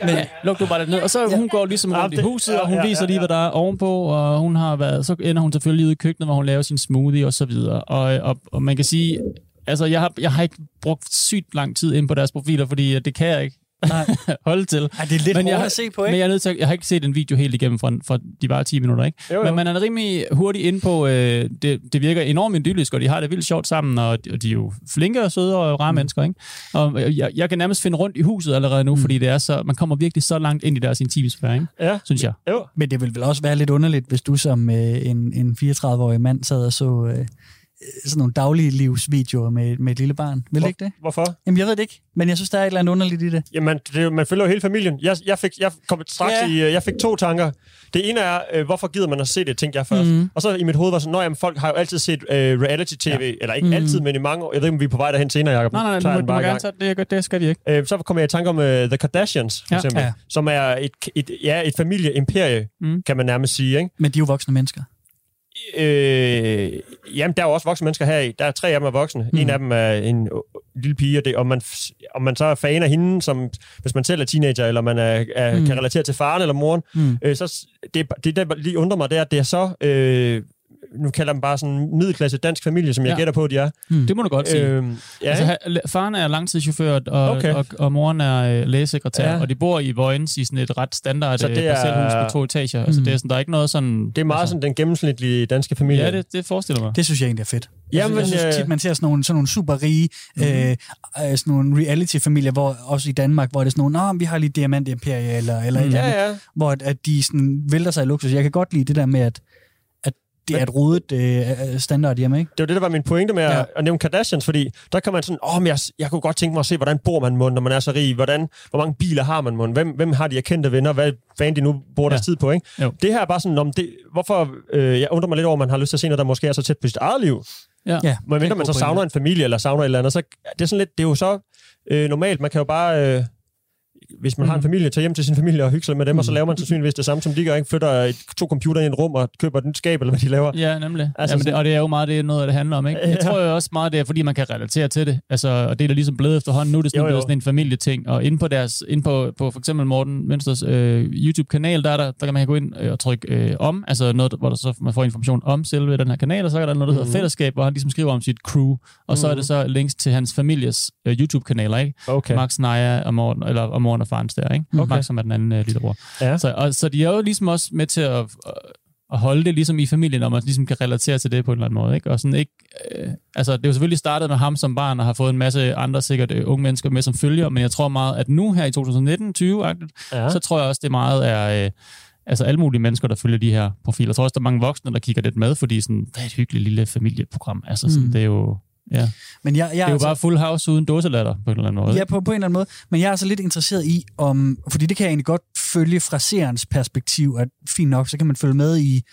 [SPEAKER 2] Men luk du bare lidt ned. Og så hun går ligesom rundt i huset, og hun viser lige, hvad der er ovenpå, og hun har været, så ender hun selvfølgelig ude i køkkenet, hvor hun laver sin smoothie og så videre. Og man kan sige, altså jeg har ikke brugt sygt lang tid ind på deres profiler, fordi det kan jeg ikke. Nej. Holde til.
[SPEAKER 1] Ej, det er lidt hårdt at se på, ikke?
[SPEAKER 2] Men jeg har ikke set en video helt igennem fra de bare 10 minutter, ikke? Jo. Men man er rimelig hurtigt inde på, det virker enormt idyllisk, og de har det vildt sjovt sammen, og de er jo flinke og søde og rare mennesker, ikke? Og jeg kan nærmest finde rundt i huset allerede nu, fordi det er så, man kommer virkelig så langt ind i deres intimsfære, ikke? Ja. Synes jeg.
[SPEAKER 1] Jo. Men det vil vel også være lidt underligt, hvis du som en 34-årig mand sad og så sådan nogle daglige livsvideoer med et lille barn. Vil det ikke det?
[SPEAKER 4] Hvorfor?
[SPEAKER 1] Jamen, jeg ved det ikke, men jeg synes, der er et eller andet underligt i det.
[SPEAKER 4] Jamen, man følger jo hele familien. Jeg fik 2 tanker. Det ene er, hvorfor gider man at se det, tænkte jeg først. Og så i mit hoved var sådan, jamen, folk har jo altid set reality-tv, eller ikke altid, men i mange år. Jeg ved ikke, om vi er på vej derhen senere, Jacob.
[SPEAKER 2] Nej, du må gerne tage det skal de ikke.
[SPEAKER 4] Så kommer jeg i tanke om The Kardashians, for eksempel, som er et familieimperie, kan man nærmest sige, ikke?
[SPEAKER 1] Men de er jo voksne mennesker.
[SPEAKER 4] Jamen, der er jo også voksne mennesker her i. Der er 3 af dem er voksne. En af dem er en lille pige, og om man så er fan af hende, som hvis man selv er teenager, eller man kan relatere til faren eller moren, så det der lige undrer mig, det er, at det er så... nu kalder dem bare sådan en middelklasse dansk familie, som jeg gætter på, de er.
[SPEAKER 2] Det må du godt sige. Altså, faren er langtidschauffør, og moren er lægesekretær, og de bor i Vojens i sådan et ret standard parcelhus på 2 etager. Altså, det er sådan, der er sådan sådan...
[SPEAKER 4] Det er meget sådan den gennemsnitlige danske familie.
[SPEAKER 2] Ja, det forestiller mig.
[SPEAKER 1] Det synes jeg egentlig er fedt. Jeg synes tit, man ser sådan nogle super rige, sådan nogle reality-familier, hvor også i Danmark, hvor det er sådan nogle, vi har lige diamant-imperie, eller et eller andet, hvor at de sådan vælter sig i luksus. Jeg kan godt lide det der med, at det er et rodet standard hjemme, ikke?
[SPEAKER 4] Det var det, der var min pointe med at nævne Kardashians, fordi der kan man sådan, jeg kunne godt tænke mig at se, hvordan bor man når man er så rig, hvor mange biler har man hvem har de kendte venner, hvad fanden de nu bruger deres tid på, ikke? Jo. Det her er bare sådan, hvorfor, jeg undrer mig lidt over, at man har lyst til at se noget, der måske er så tæt på sit eget liv. Men mindre man så savner en familie, eller savner et eller andet, så det er sådan lidt, det er jo så normalt, man kan jo bare... hvis man har en familie, tager hjem til sin familie og hygge sig med dem, og så laver man sandsynligvis det samme, som de gør, ikke? Flytter 2 computer i et rum og køber et nyt skab, eller hvad de laver.
[SPEAKER 2] Ja, nemlig. Altså, og det er jo meget det, noget af det handler om, ikke? Jeg tror jo også meget, det er, fordi man kan relatere til det. Altså, og det er da ligesom blevet efterhånden. Nu er det sådan en familieting. Og inde på for eksempel Morten Mønsters YouTube-kanal, der kan man gå ind og trykke om, altså noget, hvor der så man får information om selve den her kanal, og så er der noget, der hedder fællesskab, hvor han ligesom skriver om sit crew, og så er det så links til hans families YouTube-kanaler, ikke? Okay. Max, Naja og Morten, og Morten og Farens der, ikke? Okay. Max som er den anden lillebror. Ja. Så de er jo ligesom også med til at holde det ligesom i familien, og man ligesom kan relatere til det på en eller anden måde, ikke? Og sådan ikke... altså, det er jo selvfølgelig startet med ham som barn, og har fået en masse andre sikkert unge mennesker med som følger, men jeg tror meget, at nu her i 2019-20, så tror jeg også, det meget er... altså alle mulige mennesker, der følger de her profiler. Jeg tror også, der er mange voksne, der kigger lidt med, fordi sådan, det er et hyggeligt lille familieprogram. Altså, sådan, det er jo... Ja. Men det er jo bare Full House uden dåselatter på en eller anden måde.
[SPEAKER 1] Ja, på en eller anden måde. Men jeg er altså lidt interesseret i, fordi det kan jeg egentlig godt følge fra seerens perspektiv, at fint nok, så kan man følge med i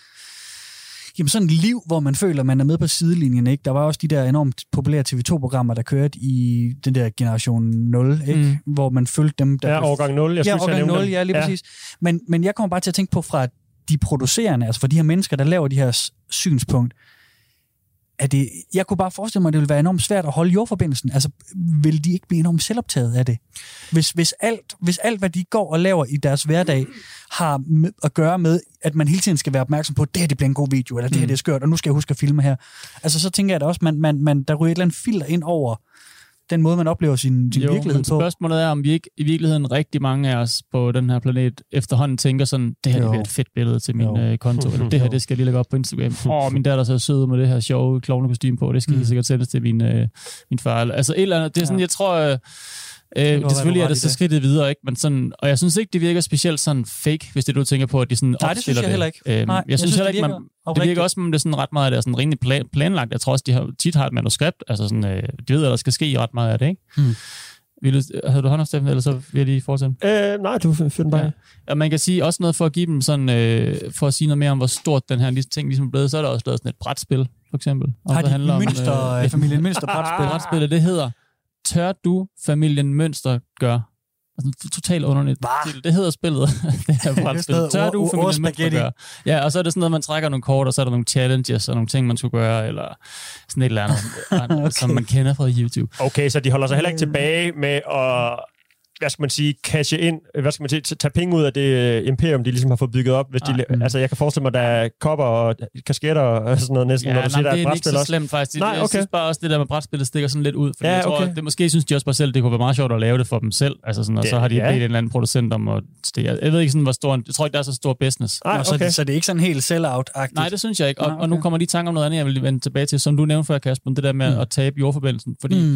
[SPEAKER 1] sådan et liv, hvor man føler, man er med på sidelinjen, ikke? Der var også de der enormt populære TV2-programmer, der kørte i den der generation 0, ikke? Hvor man følte dem... Der
[SPEAKER 4] årgang 0.
[SPEAKER 1] Årgang 0, ja, lige præcis. Men jeg kommer bare til at tænke på fra de producerende, altså fra de her mennesker, der laver de her synspunkt, jeg kunne bare forestille mig, at det ville være enormt svært at holde jordforbindelsen. Altså, vil de ikke blive enormt selvoptaget af det? Hvis alt, hvad de går og laver i deres hverdag, har at gøre med, at man hele tiden skal være opmærksom på, at det her det bliver en god video, eller det her det er skørt, og nu skal jeg huske at filme her. Altså, så tænker jeg da også, der ryger et eller andet filter ind over den måde, man oplever sin virkelighed på.
[SPEAKER 2] Spørgsmålet er, om vi ikke i virkeligheden rigtig mange af os på den her planet efterhånden tænker sådan, det her det bliver et fedt billede til min konto, eller det her, det skal jeg lige lægge op på Instagram. Min datter så sød med det her sjove klovnekostyme på, det skal helt sikkert sendes til min far. Altså et eller andet, det er sådan, jeg tror... det selvfølgelig er det så skridtet videre, ikke? Men sådan, og jeg synes ikke, det virker specielt sådan fake, hvis det du tænker på, at de sådan
[SPEAKER 1] opstiller det. Nej, det synes jeg heller ikke.
[SPEAKER 2] Jeg synes heller ikke, det virker også, som det er sådan ret meget af det er sådan rimelig planlagt. Jeg tror også, de tit har et manuskript, altså sådan, de ved, at der skal ske ret meget af det, ikke? Havde du hånd om, Steffen, eller så vil jeg lige fortsætte?
[SPEAKER 4] Nej, du fyrer den bare.
[SPEAKER 2] Ja. Og man kan sige også noget for at give dem sådan, for at sige noget mere om, hvor stort den her ting ligesom er blevet, så er der også lavet sådan et brætspil, for eksempel.
[SPEAKER 1] Har de familien Mønster brætspil?
[SPEAKER 2] Brætspillet, det hedder Tør du familien Mønster gør? Altså, totalt underligt. Det hedder spillet. Det her brætspil. Tør du familien Mønster gør? Ja, og så er det sådan noget, man trækker nogle kort, og så er der nogle challenges og nogle ting, man skulle gøre, eller sådan et eller andet, som man kender fra YouTube.
[SPEAKER 4] Okay, så de holder sig heller ikke tilbage med at hvad skal man sige, cashe ind, hvad skal man sige, tage penge ud af det imperium, de ligesom har fået bygget op. Hvis altså, jeg kan forestille mig, der er kopper og kasketter og sådan noget næsten, når du siger, der er et brætspil også.
[SPEAKER 2] Det er ikke så slemt faktisk. Jeg synes bare også, det der med brætspillet stikker sådan lidt ud, fordi jeg tror, det måske synes de også bare selv, det kunne være meget sjovt at lave det for dem selv, altså sådan, og så har de bedt en eller anden producent om at stikke. Jeg ved ikke sådan, hvor stor, jeg tror ikke, der er så stor business.
[SPEAKER 1] Så det er ikke sådan helt sell-out-agtigt?
[SPEAKER 2] Nej, det synes jeg ikke, og nu kommer de tanker om noget andet, jeg vil vende tilbage til, som du nævnte før, Kasper, det der med at tabe jordforbindelsen, fordi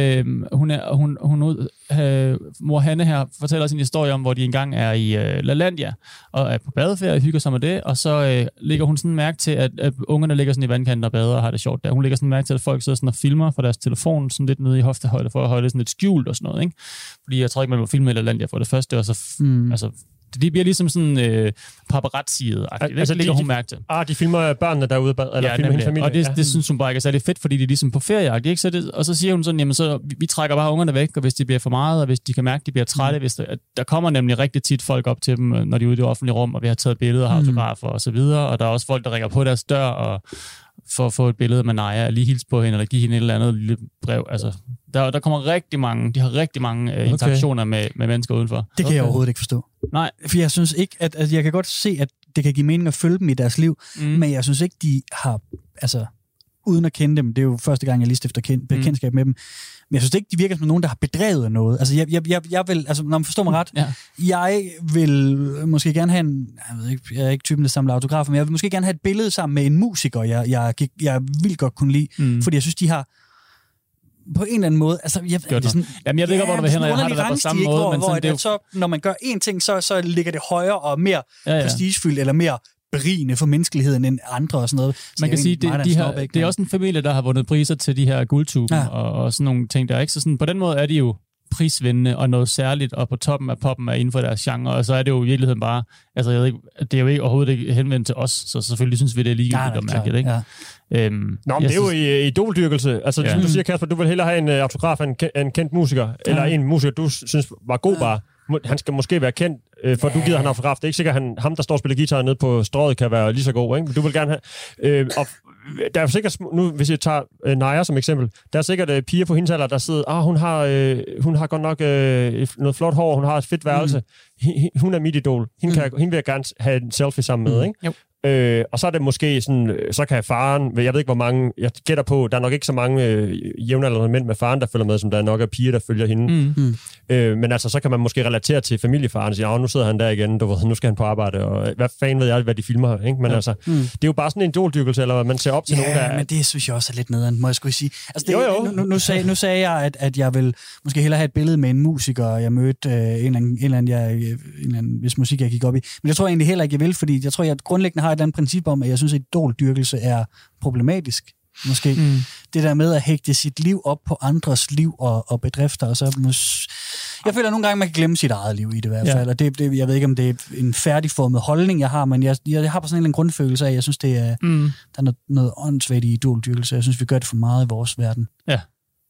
[SPEAKER 2] mor Hanne her fortæller sin historie om, hvor de engang er i LaLandia og er på badeferie og hygger sig med det, og så lægger hun sådan mærke til, at ungerne ligger sådan i vandkanten og bader og har det sjovt der. Hun lægger sådan mærke til, at folk sidder sådan og filmer fra deres telefon sådan lidt nede i hoftehøjde for at holde sådan lidt skjult og sådan noget, ikke? Fordi jeg tror ikke, man må filme i LaLandia for det første, og så altså det bliver ligesom sådan paparazzi-agtigt. Altså, det ligger hun mærke til.
[SPEAKER 4] De filmer børnene derude, eller filmer hendes familie.
[SPEAKER 2] Og det synes hun bare ikke er særlig fedt, fordi det er ligesom på ferieagtigt, ikke? Så det, og så siger hun sådan, jamen så vi trækker bare ungerne væk, og hvis det bliver for meget, og hvis de kan mærke, at de bliver trætte, hvis der kommer nemlig rigtig tit folk op til dem, når de er ude i det offentlige rum, og vi har taget billeder og autografer og så videre, og der er også folk, der ringer på deres dør, og for at få et billede med Naja, lige hilse på hende, eller give hende et eller andet lille brev. Altså, der kommer rigtig mange, de har rigtig mange interaktioner med mennesker udenfor.
[SPEAKER 1] Det kan jeg overhovedet ikke forstå.
[SPEAKER 2] Nej.
[SPEAKER 1] For jeg synes ikke, at jeg kan godt se, at det kan give mening at følge dem i deres liv, men jeg synes ikke, de har, altså, uden at kende dem, det er jo første gang, jeg lige stifter bekendtskab med dem, men jeg synes ikke, de virker som nogen, der har bedrevet noget. Altså, jeg vil, altså, når man forstår mig ret, jeg vil måske gerne have en, jeg ved ikke, jeg er ikke typen, der samler autografer, men jeg vil måske gerne have et billede sammen med en musiker, jeg vil godt kunne lide, fordi jeg synes, de har på en eller anden måde, altså, jeg ved ikke,
[SPEAKER 2] jamen, jeg ved ikke, hvor du vil hen, og jeg har det der på samme måde, men sådan,
[SPEAKER 1] det så, når man gør én ting, så ligger det højere og mere prestigefyldt, eller mere berigende for menneskeligheden end andre og sådan noget. Så
[SPEAKER 2] man kan sige, det er også en familie, der har vundet priser til de her guldtuben og sådan nogle ting der, ikke? Så sådan, på den måde er de jo prisvindende og noget særligt, og på toppen af poppen er inden for deres genre, og så er det jo i virkeligheden bare, altså jeg ved ikke, det er jo ikke overhovedet ikke henvendt til os, så selvfølgelig synes vi, det er ligegyldigt og mærkeligt, ikke?
[SPEAKER 4] Ja. Men det er jo idoldyrkelse. Altså, som du siger, Kasper, du vil hellere have en autograf af en kendt musiker, eller en musiker, du synes var god bare. Han skal måske være kendt, for du gider han autograf. Det er ikke sikkert, at ham, der står og spiller guitar nede på strøget, kan være lige så god, ikke? Men du vil gerne have... og der er sikkert, nu hvis jeg tager Naja som eksempel, der er sikkert piger på hendes alder, der sidder, hun har godt nok noget flot hår, hun har et fedt værelse. Hun er mit idol. Hende vil jeg gerne have en selfie sammen med, ikke? Jo. Og så er det måske sådan, så kan faren, jeg ved ikke hvor mange, jeg gætter på, der er nok ikke så mange jævnaldrende mænd med faren, der følger med, som der nok er piger, der følger hende. Men altså, så kan man måske relatere til familiefaren og sige, nu sidder han der igen, nu skal han på arbejde, og hvad fanden ved jeg, hvad de filmer, ikke? Men altså, det er jo bare sådan en idoldyrkelse, eller man ser op til nogen, der er...
[SPEAKER 1] men det synes jeg også er lidt nederen, må jeg skulle sige. Altså, nu sagde jeg, at jeg vil måske hellere have et billede med en musiker, jeg mødte en eller anden, hvis musik jeg gik op i. Men jeg tror egentlig heller ikke, jeg vil, fordi jeg tror, jeg grundlæggende har et eller andet princip om, at jeg synes, at idoldyrkelse er problematisk. Måske. Det der med at hægte sit liv op på andres liv og bedrifter, og så jeg føler nogle gange, man kan glemme sit eget liv i det i hvert fald, og det, jeg ved ikke, om det er en færdigformet holdning, jeg har, men jeg har på sådan en grundfølelse af, at jeg synes, det er, der er noget åndssvagt i idoldyrkelse. Jeg synes, vi gør det for meget i vores verden.
[SPEAKER 2] Ja.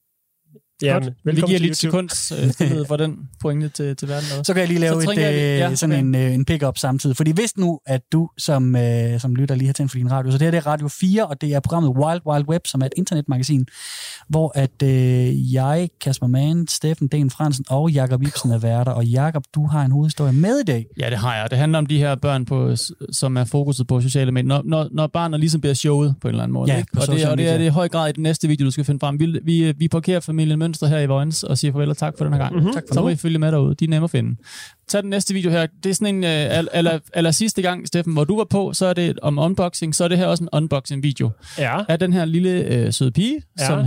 [SPEAKER 2] Ja, vi giver lidt sekunds for den pointe til verden. Også.
[SPEAKER 1] Så kan jeg lige lave sådan en pick-up samtidig. Fordi hvis nu, at du som lytter lige har tændt for din radio, så det her det er Radio 4, og det er programmet Wild Wild Web, som er et internetmagasin, hvor at jeg, Kasper Mann, Steffen Den Fransen og Jakob Ibsen er værter. Og Jakob, du har en hovedhistorie med i dag.
[SPEAKER 2] Ja, det har jeg. Det handler om de her børn, som er fokuset på sociale medier. Når barnet ligesom bliver showet på en eller anden måde.
[SPEAKER 1] Ja,
[SPEAKER 2] og det er i høj grad i den næste video, du skal finde frem. Vi parkerer familien Mønster her i Vojens og siger farvel og tak for den her gang. Tak for så må I følge med derude. De er nemme at finde. Tag den næste video her. Det er sådan en aller sidste gang, Steffen, hvor du var på, så er det om unboxing, så er det her også en unboxing video. Ja. Af den her lille søde pige, som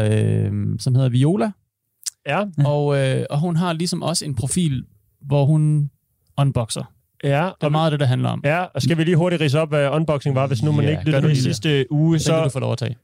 [SPEAKER 2] hedder Viola. Ja. Og hun har ligesom også en profil, hvor hun unboxer. Ja, det er meget det, der handler om.
[SPEAKER 4] Ja, og skal vi lige hurtigt ridse op, hvad unboxing var, hvis nu man ikke lyttede i sidste uge, så...
[SPEAKER 2] Den kan du få lov at tage.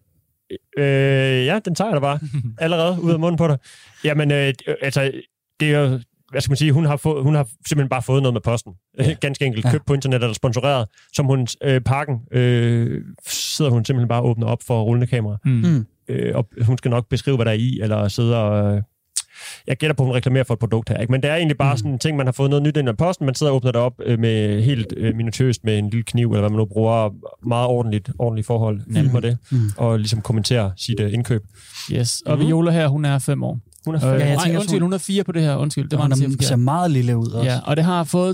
[SPEAKER 4] Ja, den tager jeg da bare. Allerede ud af munden på dig. Jamen, altså, det er jo, hvad skal man sige, hun har simpelthen bare fået noget med posten. Ganske enkelt købt på internet eller sponsoreret, som hun, pakken, sidder hun simpelthen bare og åbner op for rullende kamera. Og hun skal nok beskrive, hvad der er i, eller sidder og... Jeg gætter på, at hun reklamerer for et produkt her, ikke? Men det er egentlig bare sådan en ting, man har fået noget nyt ind i posten, man sidder og åbner det op med helt minutiøst med en lille kniv, eller hvad man nu bruger, meget ordentligt forhold, filmer det, og ligesom kommenterer sit indkøb.
[SPEAKER 2] Yes, og Viola her, hun er 5 år. Undskyld, 104 på det her. Undskyld, det var
[SPEAKER 1] den ser meget lille ud også.
[SPEAKER 2] Ja, og det har fået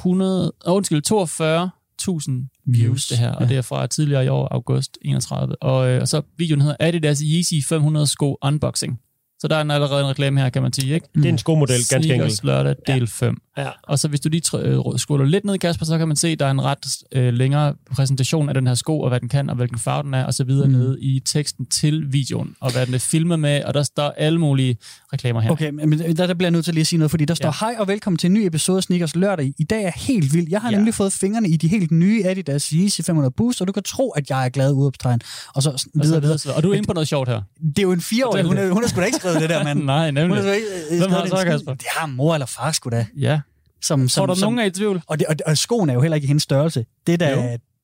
[SPEAKER 2] 42.000 views, det her, og det er fra tidligere i år, august 31. Og så videoen hedder Adidas Yeezy 500 sko unboxing. Så der er allerede en reklame her, kan man sige, ikke?
[SPEAKER 4] Det er en skomodel, ganske enkelt.
[SPEAKER 2] Lørdag, del 5. Ja. Og så hvis du lige scroller lidt ned, Kasper, så kan man se, at der er en ret længere præsentation af den her sko, og hvad den kan, og hvilken farve den er, og så videre nede i teksten til videoen, og hvad den er filmet med, og der står alle mulige reklamer her.
[SPEAKER 1] Okay, men der bliver jeg nødt til lige at sige noget, fordi der står, hej og velkommen til en ny episode af Sneakers Lørdag. I dag er helt vildt. Jeg har nemlig fået fingrene i de helt nye Adidas Yeezy 500 Boost, og du kan tro, at jeg er glad udopstegn. Og så videre.
[SPEAKER 2] Og du er inde på noget sjovt her.
[SPEAKER 1] Det er jo en 4-årig. Hun har sgu da ikke skrevet det der, mand.
[SPEAKER 2] Nej, nemlig.
[SPEAKER 1] Hvem har så, Kasper? Det har mor eller far sgu da.
[SPEAKER 2] Ja. Tror der nogen er i tvivl?
[SPEAKER 1] Og skoen er jo heller ikke i hendes størrelse. Det der...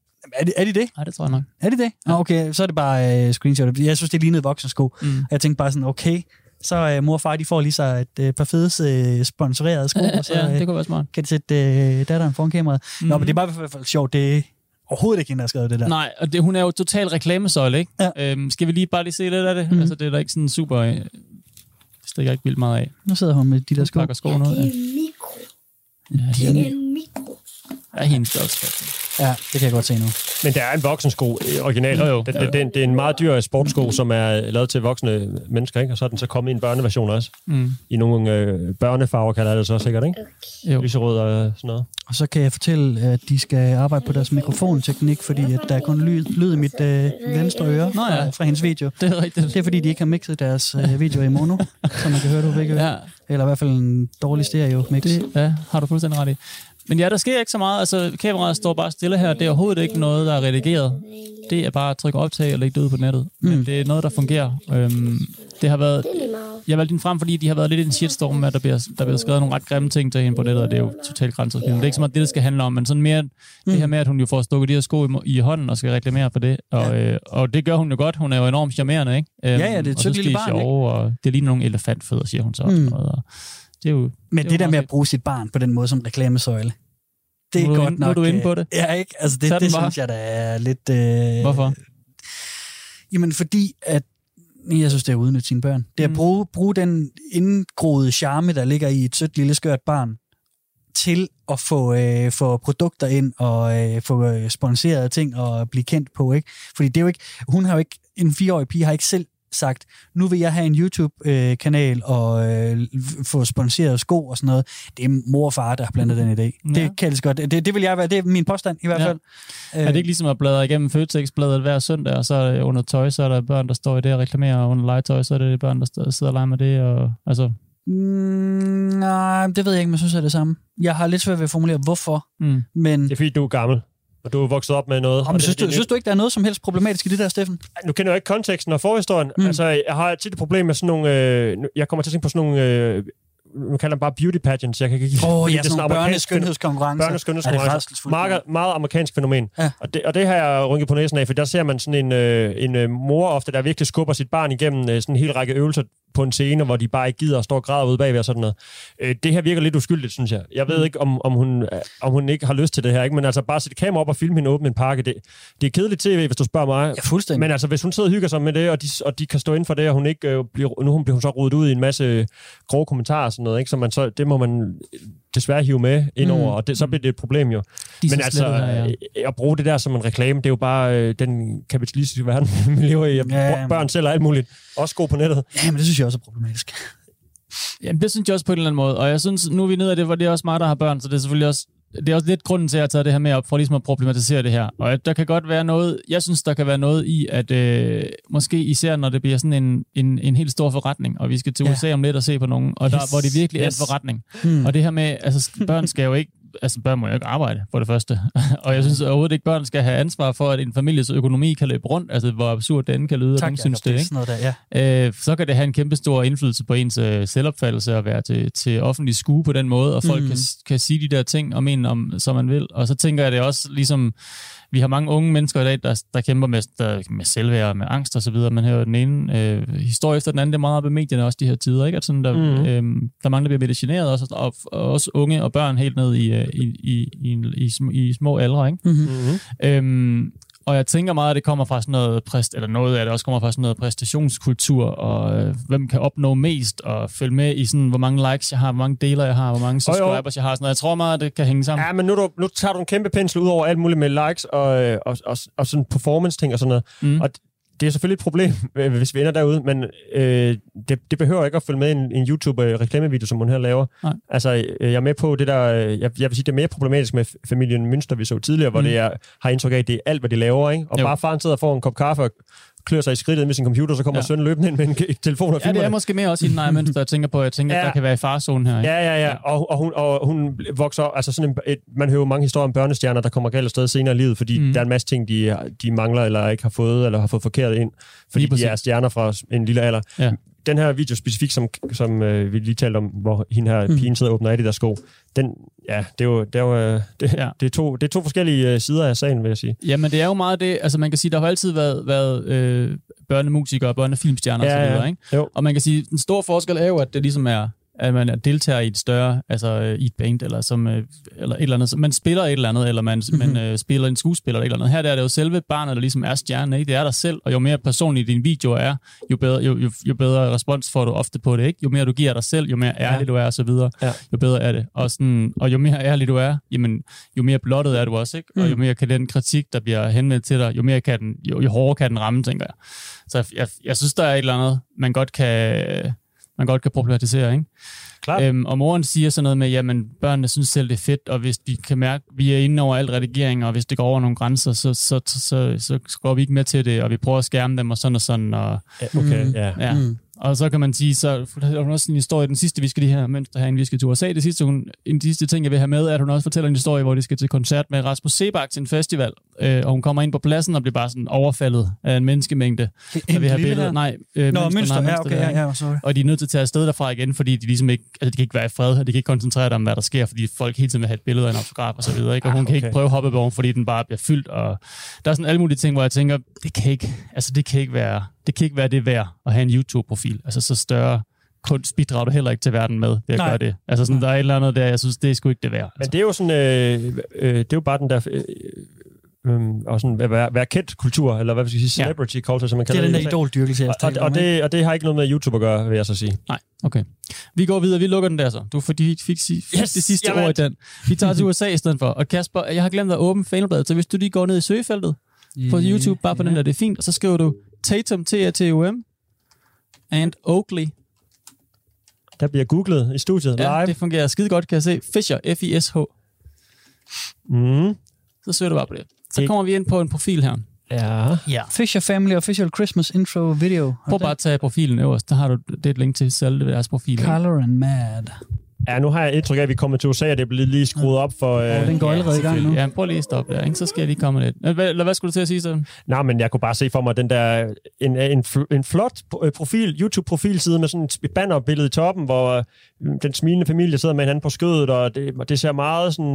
[SPEAKER 1] Er de det?
[SPEAKER 2] Nej, det tror jeg nok.
[SPEAKER 1] Er de det? Ja. Okay, så er det bare screenshot. Jeg synes, det lignede voksensko. Jeg tænkte bare sådan, okay, så mor og far, de får lige så et par fede sponsorerede sko, og så
[SPEAKER 2] det kunne være smart.
[SPEAKER 1] Kan de sætte datteren foran kameraet. Nå, men det er bare i hvert fald sjovt. Det er overhovedet ikke hende, der har skrevet det der.
[SPEAKER 2] Nej, og hun er jo total reklamesøjle, ikke? Ja. Skal vi lige se lidt af det? Altså, det er da ikke sådan super... det stikker ikke vildt meget af.
[SPEAKER 1] Nu sidder hun med de der sko.
[SPEAKER 2] Pakker skoene ud.
[SPEAKER 5] Det er en mikro. Det er en mikro.
[SPEAKER 2] Ja, hendes størrelse.
[SPEAKER 1] Ja, det kan jeg godt se nu.
[SPEAKER 4] Men der er en voksensko originalt. Det er en meget dyr sportsko, som er lavet til voksne mennesker, ikke? Og så er den så kommet i en børneversion også. I nogle børnefarver, kalder det så sikkert, ikke? Okay. Lyserød og sådan noget.
[SPEAKER 1] Og så kan jeg fortælle, at de skal arbejde på deres mikrofonteknik, fordi at der er kun lyd i mit venstre øre fra hendes video.
[SPEAKER 2] Det er rigtigt.
[SPEAKER 1] Det er fordi, de ikke har mixet deres video i mono, så man kan høre det på begge øre. Eller i hvert fald en dårlig stereo-mix.
[SPEAKER 2] Ja, har du fuldstændig ret i. Men ja, der sker ikke så meget. Altså, kameraet står bare stille her. Det er overhovedet ikke noget, der er redigeret. Det er bare at trykke optag og lægge det ud på nettet. Men det er noget, der fungerer. Det har været... Jeg valgte den frem, fordi de har været lidt i en shitstorm med, at der bliver skrevet nogle ret grimme ting til hende på nettet, og det er jo totalt grænseoverskridende. Det er ikke så meget det skal handle om, men sådan mere det her med, at hun jo får stukket de her sko i hånden og skal reklamere for det. Og det gør hun jo godt. Hun er jo enormt charmerende, ikke?
[SPEAKER 1] Det er et sødt lille barn, ikke?
[SPEAKER 2] Og det ligner nogle elefantfødder, siger hun så. Og det er jo,
[SPEAKER 1] men det der med at bruge sit barn på den måde som reklamesøjle, det er godt nok...
[SPEAKER 2] Nu er du inde på det?
[SPEAKER 1] Ja, ikke? Altså, det synes jeg, der er lidt...
[SPEAKER 2] Hvorfor?
[SPEAKER 1] Jamen, fordi at... Jeg synes, det er at udnytte sine børn. Det er at bruge den indgroede charme, der ligger i et sødt lille skørt barn, til at få produkter ind og få sponsorerede ting og blive kendt på, ikke? Fordi det er jo ikke... Hun har jo ikke... En 4-årig pige har ikke selv sagt, nu vil jeg have en YouTube-kanal og få sponsoreret sko og sådan noget. Det er mor og far, der har blandet den idé. Ja. Det kan jeg godt. Det vil jeg være. Det er min påstand i hvert fald.
[SPEAKER 2] Er det ikke ligesom at bladre igennem Føtex-bladet hver søndag, og så under tøj, så er der børn, der står i det og reklamerer, og under legetøj, så er det børn, der sidder og leger med det, og altså...
[SPEAKER 1] Nej, det ved jeg ikke, men jeg synes, det er det samme. Jeg har lidt svært ved at formulere, hvorfor. Men...
[SPEAKER 4] Det er fordi, du er gammel. Og du er vokset op med noget.
[SPEAKER 1] Men synes du ikke, der er noget som helst problematisk i det der, Steffen?
[SPEAKER 4] Nu kender jeg ikke konteksten og forhistorien. Altså, jeg har tit et problem med sådan nogle... jeg kommer til at tænke på sådan nogle... nu kalder man bare beauty pageants. Jeg kan ikke
[SPEAKER 1] sådan nogle børneskønhedskonkurrencer.
[SPEAKER 4] Børneskønhedskonkurrencer. Meget amerikansk fænomen. Ja. Og det har jeg rynket på næsen af, for der ser man sådan en mor ofte, der virkelig skubber sit barn igennem sådan en hel række øvelser på en scene, hvor de bare ikke gider at stå og græde ude bagved og sådan noget. Det her virker lidt uskyldigt, synes jeg. Jeg ved ikke, om hun ikke har lyst til det her, ikke? Men altså bare sætte kamera op og filme hende åbne en pakke. Det er kedeligt tv, hvis du spørger mig.
[SPEAKER 1] Ja, fuldstændig.
[SPEAKER 4] Men altså, hvis hun sidder og hygger sig med det, og de kan stå inden for det, og hun ikke bliver hun så rodet ud i en masse grove kommentarer og sådan noget, ikke? Det må man desværre hive med indover, og så bliver det et problem jo. Men altså, at bruge det der som en reklame, det er jo bare den kapitalistiske verden, vi lever i. Børn selv og alt muligt. Også gå på nettet.
[SPEAKER 1] Ja, men det synes jeg også er problematisk.
[SPEAKER 2] Jamen, det synes jeg også på en eller anden måde. Og jeg synes, nu er vi nede af det, hvor det er også mig, der har børn, så det er selvfølgelig også... Det er også lidt grunden til at tage det her med op, for ligesom at problematisere det her. Og der kan godt være noget... Jeg synes, der kan være noget i, at måske især, når det bliver sådan en helt stor forretning, og vi skal til USA om lidt og se på nogen, og der, hvor det virkelig er en forretning. Og det her med... Altså, børn skal jo ikke... Altså, børn må jo ikke arbejde, for det første. Og jeg synes overhovedet ikke, børn skal have ansvar for, at en families økonomi kan løbe rundt. Altså, hvor absurd den kan lyde, og nogen synes det, ikke? Så kan det have en kæmpe stor indflydelse på ens selvopfattelse at være til offentlig skue på den måde, og folk kan sige de der ting og mene om, som man vil. Og så tænker jeg det også ligesom... Vi har mange unge mennesker i dag, der kæmper med selvværd og med angst og så videre. Man hører den ene historie efter den anden. Det er meget op i medierne også de her tider, ikke? At sådan, der mange, der bliver medicineret også, og også unge og børn helt ned i små aldre, ikke? Og jeg tænker meget, at det kommer fra sådan noget eller noget af det også kommer fra sådan noget præstationskultur, og hvem kan opnå mest, og følge med i sådan, hvor mange likes jeg har, hvor mange deler jeg har, hvor mange subscribers jeg har. Sådan noget. Jeg tror meget, at det kan hænge sammen.
[SPEAKER 4] Ja, men nu tager du en kæmpe pensel ud over alt muligt med likes og sådan performance-ting og sådan noget. Og det er selvfølgelig et problem, hvis vi ender derude, men det behøver ikke at følge med i en YouTube-reklamevideo, som hun her laver. Nej. Altså, jeg er med på det der... Jeg vil sige, det er mere problematisk med familien Münster, vi så tidligere, hvor det har indtryk af, at det er alt, hvad de laver, ikke? Og bare faren sidder og får en kop kaffe og klør sig i skridtet med sin computer, så kommer sønnen løbende ind med en telefon og filmer.
[SPEAKER 2] Ja, det er måske mere også i den egen Münster, jeg tænker på. Jeg tænker, at der kan være i farzonen her. Ikke?
[SPEAKER 4] Ja. Og hun vokser op... Altså sådan man hører jo mange historier om børnestjerner, der kommer galt afsted senere i livet, fordi der er en masse ting, de mangler, eller ikke har fået, eller har fået forkert ind, fordi de er stjerner fra en lille alder. Ja. Den her video specifikt, som vi lige talte om, hvor hende her pigen sidder og åbner af de der sko, det er to forskellige sider af sagen, vil jeg sige.
[SPEAKER 2] Ja, men det er jo meget det, altså man kan sige, der har altid været børnemusikere og børnefilmstjerner og så videre, ikke? Jo. Og man kan sige, den store forskel er jo, at det ligesom er, at man deltager i et større, altså i et band, eller et eller andet. Man spiller et eller andet, eller man spiller en skuespiller eller et eller andet. Her der er det jo selve barnet, der ligesom er stjernen, ikke? Det er dig selv, og jo mere personlig din video er, jo bedre respons får du ofte på det, ikke? Jo mere du giver dig selv, jo mere ærlig du er, og så videre, jo bedre er det. Og jo mere ærlig du er, jamen, jo mere blottet er du også, ikke? Og jo mere kan den kritik, der bliver henvendt til dig, jo hårdere kan den ramme, tænker jeg. Så jeg synes, der er et eller andet, man godt kan problematisere, ikke? Og moren siger sådan noget med, jamen børnene synes selv, det er fedt, og hvis de kan mærke, at vi er inde over alt redigering, og hvis det går over nogle grænser, så går vi ikke med til det, og vi prøver at skærme dem, og sådan og sådan. Og, Og så kan man sige, så fortæller hun også en historie, den sidste, vi skal lige her, mens der herinde, vi skal til USA. En sidste ting, jeg vil have med, er, at hun også fortæller en historie, hvor de skal til koncert med Rasmus Seebach til en festival, og hun kommer ind på pladsen og bliver bare sådan overfaldet af en menneskemængde. Der vil have billedet. Nej,
[SPEAKER 1] Münster, sorry.
[SPEAKER 2] Og de er nødt til at tage afsted derfra igen, fordi de ligesom ikke, altså de kan ikke være i fred, og de kan ikke koncentrere sig om, hvad der sker, fordi folk hele tiden vil have et billede af en autograf og så videre, ikke? Og hun kan ikke prøve hoppevogn, fordi den bare bliver fyldt, og der er sådan alle mulige ting, hvor jeg tænker, det kan ikke være det værd at have en YouTube-profil. Altså så større kunst bidrager du heller ikke til verden med ved at gøre det. Altså sådan, der er et eller andet der, jeg synes, det er sgu ikke det værd. Altså.
[SPEAKER 4] Men det er jo sådan, det er jo bare den der... og sådan være kendt kultur, eller hvad vi skal sige, celebrity culture, som man kalder det.
[SPEAKER 1] Det er den der idoldyrkelse.
[SPEAKER 4] Og det har ikke noget med YouTube at gøre, vil jeg så sige.
[SPEAKER 2] Nej, okay. Vi går videre, vi lukker den der så. Du fik det sidste ord i den. Vi tager til USA i stedet for. Og Kasper, jeg har glemt at åbne fanbladet, så hvis du lige går ned i søgefeltet på YouTube, bare på den der, det er fint, og så skriver du Tatum, T-A-T-U-M, and Oakley.
[SPEAKER 4] Der bliver googlet i studiet live.
[SPEAKER 2] Ja, det fungerer skide godt, kan jeg se. Fisher, F-I-S-H. Så søger du bare på det. Så kommer vi ind på en profil her.
[SPEAKER 1] Ja. Fisher Family Official Christmas Intro Video.
[SPEAKER 2] Prøv bare at tage profilen øverst. Der har du det et link til selv deres profil.
[SPEAKER 1] Color and Mad.
[SPEAKER 4] Ja, nu har jeg indtryk af, at vi kommer til USA, og det er blevet lige skruet op for...
[SPEAKER 1] den går allerede i gang nu.
[SPEAKER 2] Ja, prøv lige at stoppe der, ikke? Så skal jeg lige komme lidt. Hvad skulle du til at sige, Steffen?
[SPEAKER 4] Nej, men jeg kunne bare se for mig den der... En flot YouTube-profilside med sådan et bannerbillede i toppen, hvor den smilende familie sidder med hinanden på skødet, og det ser meget sådan...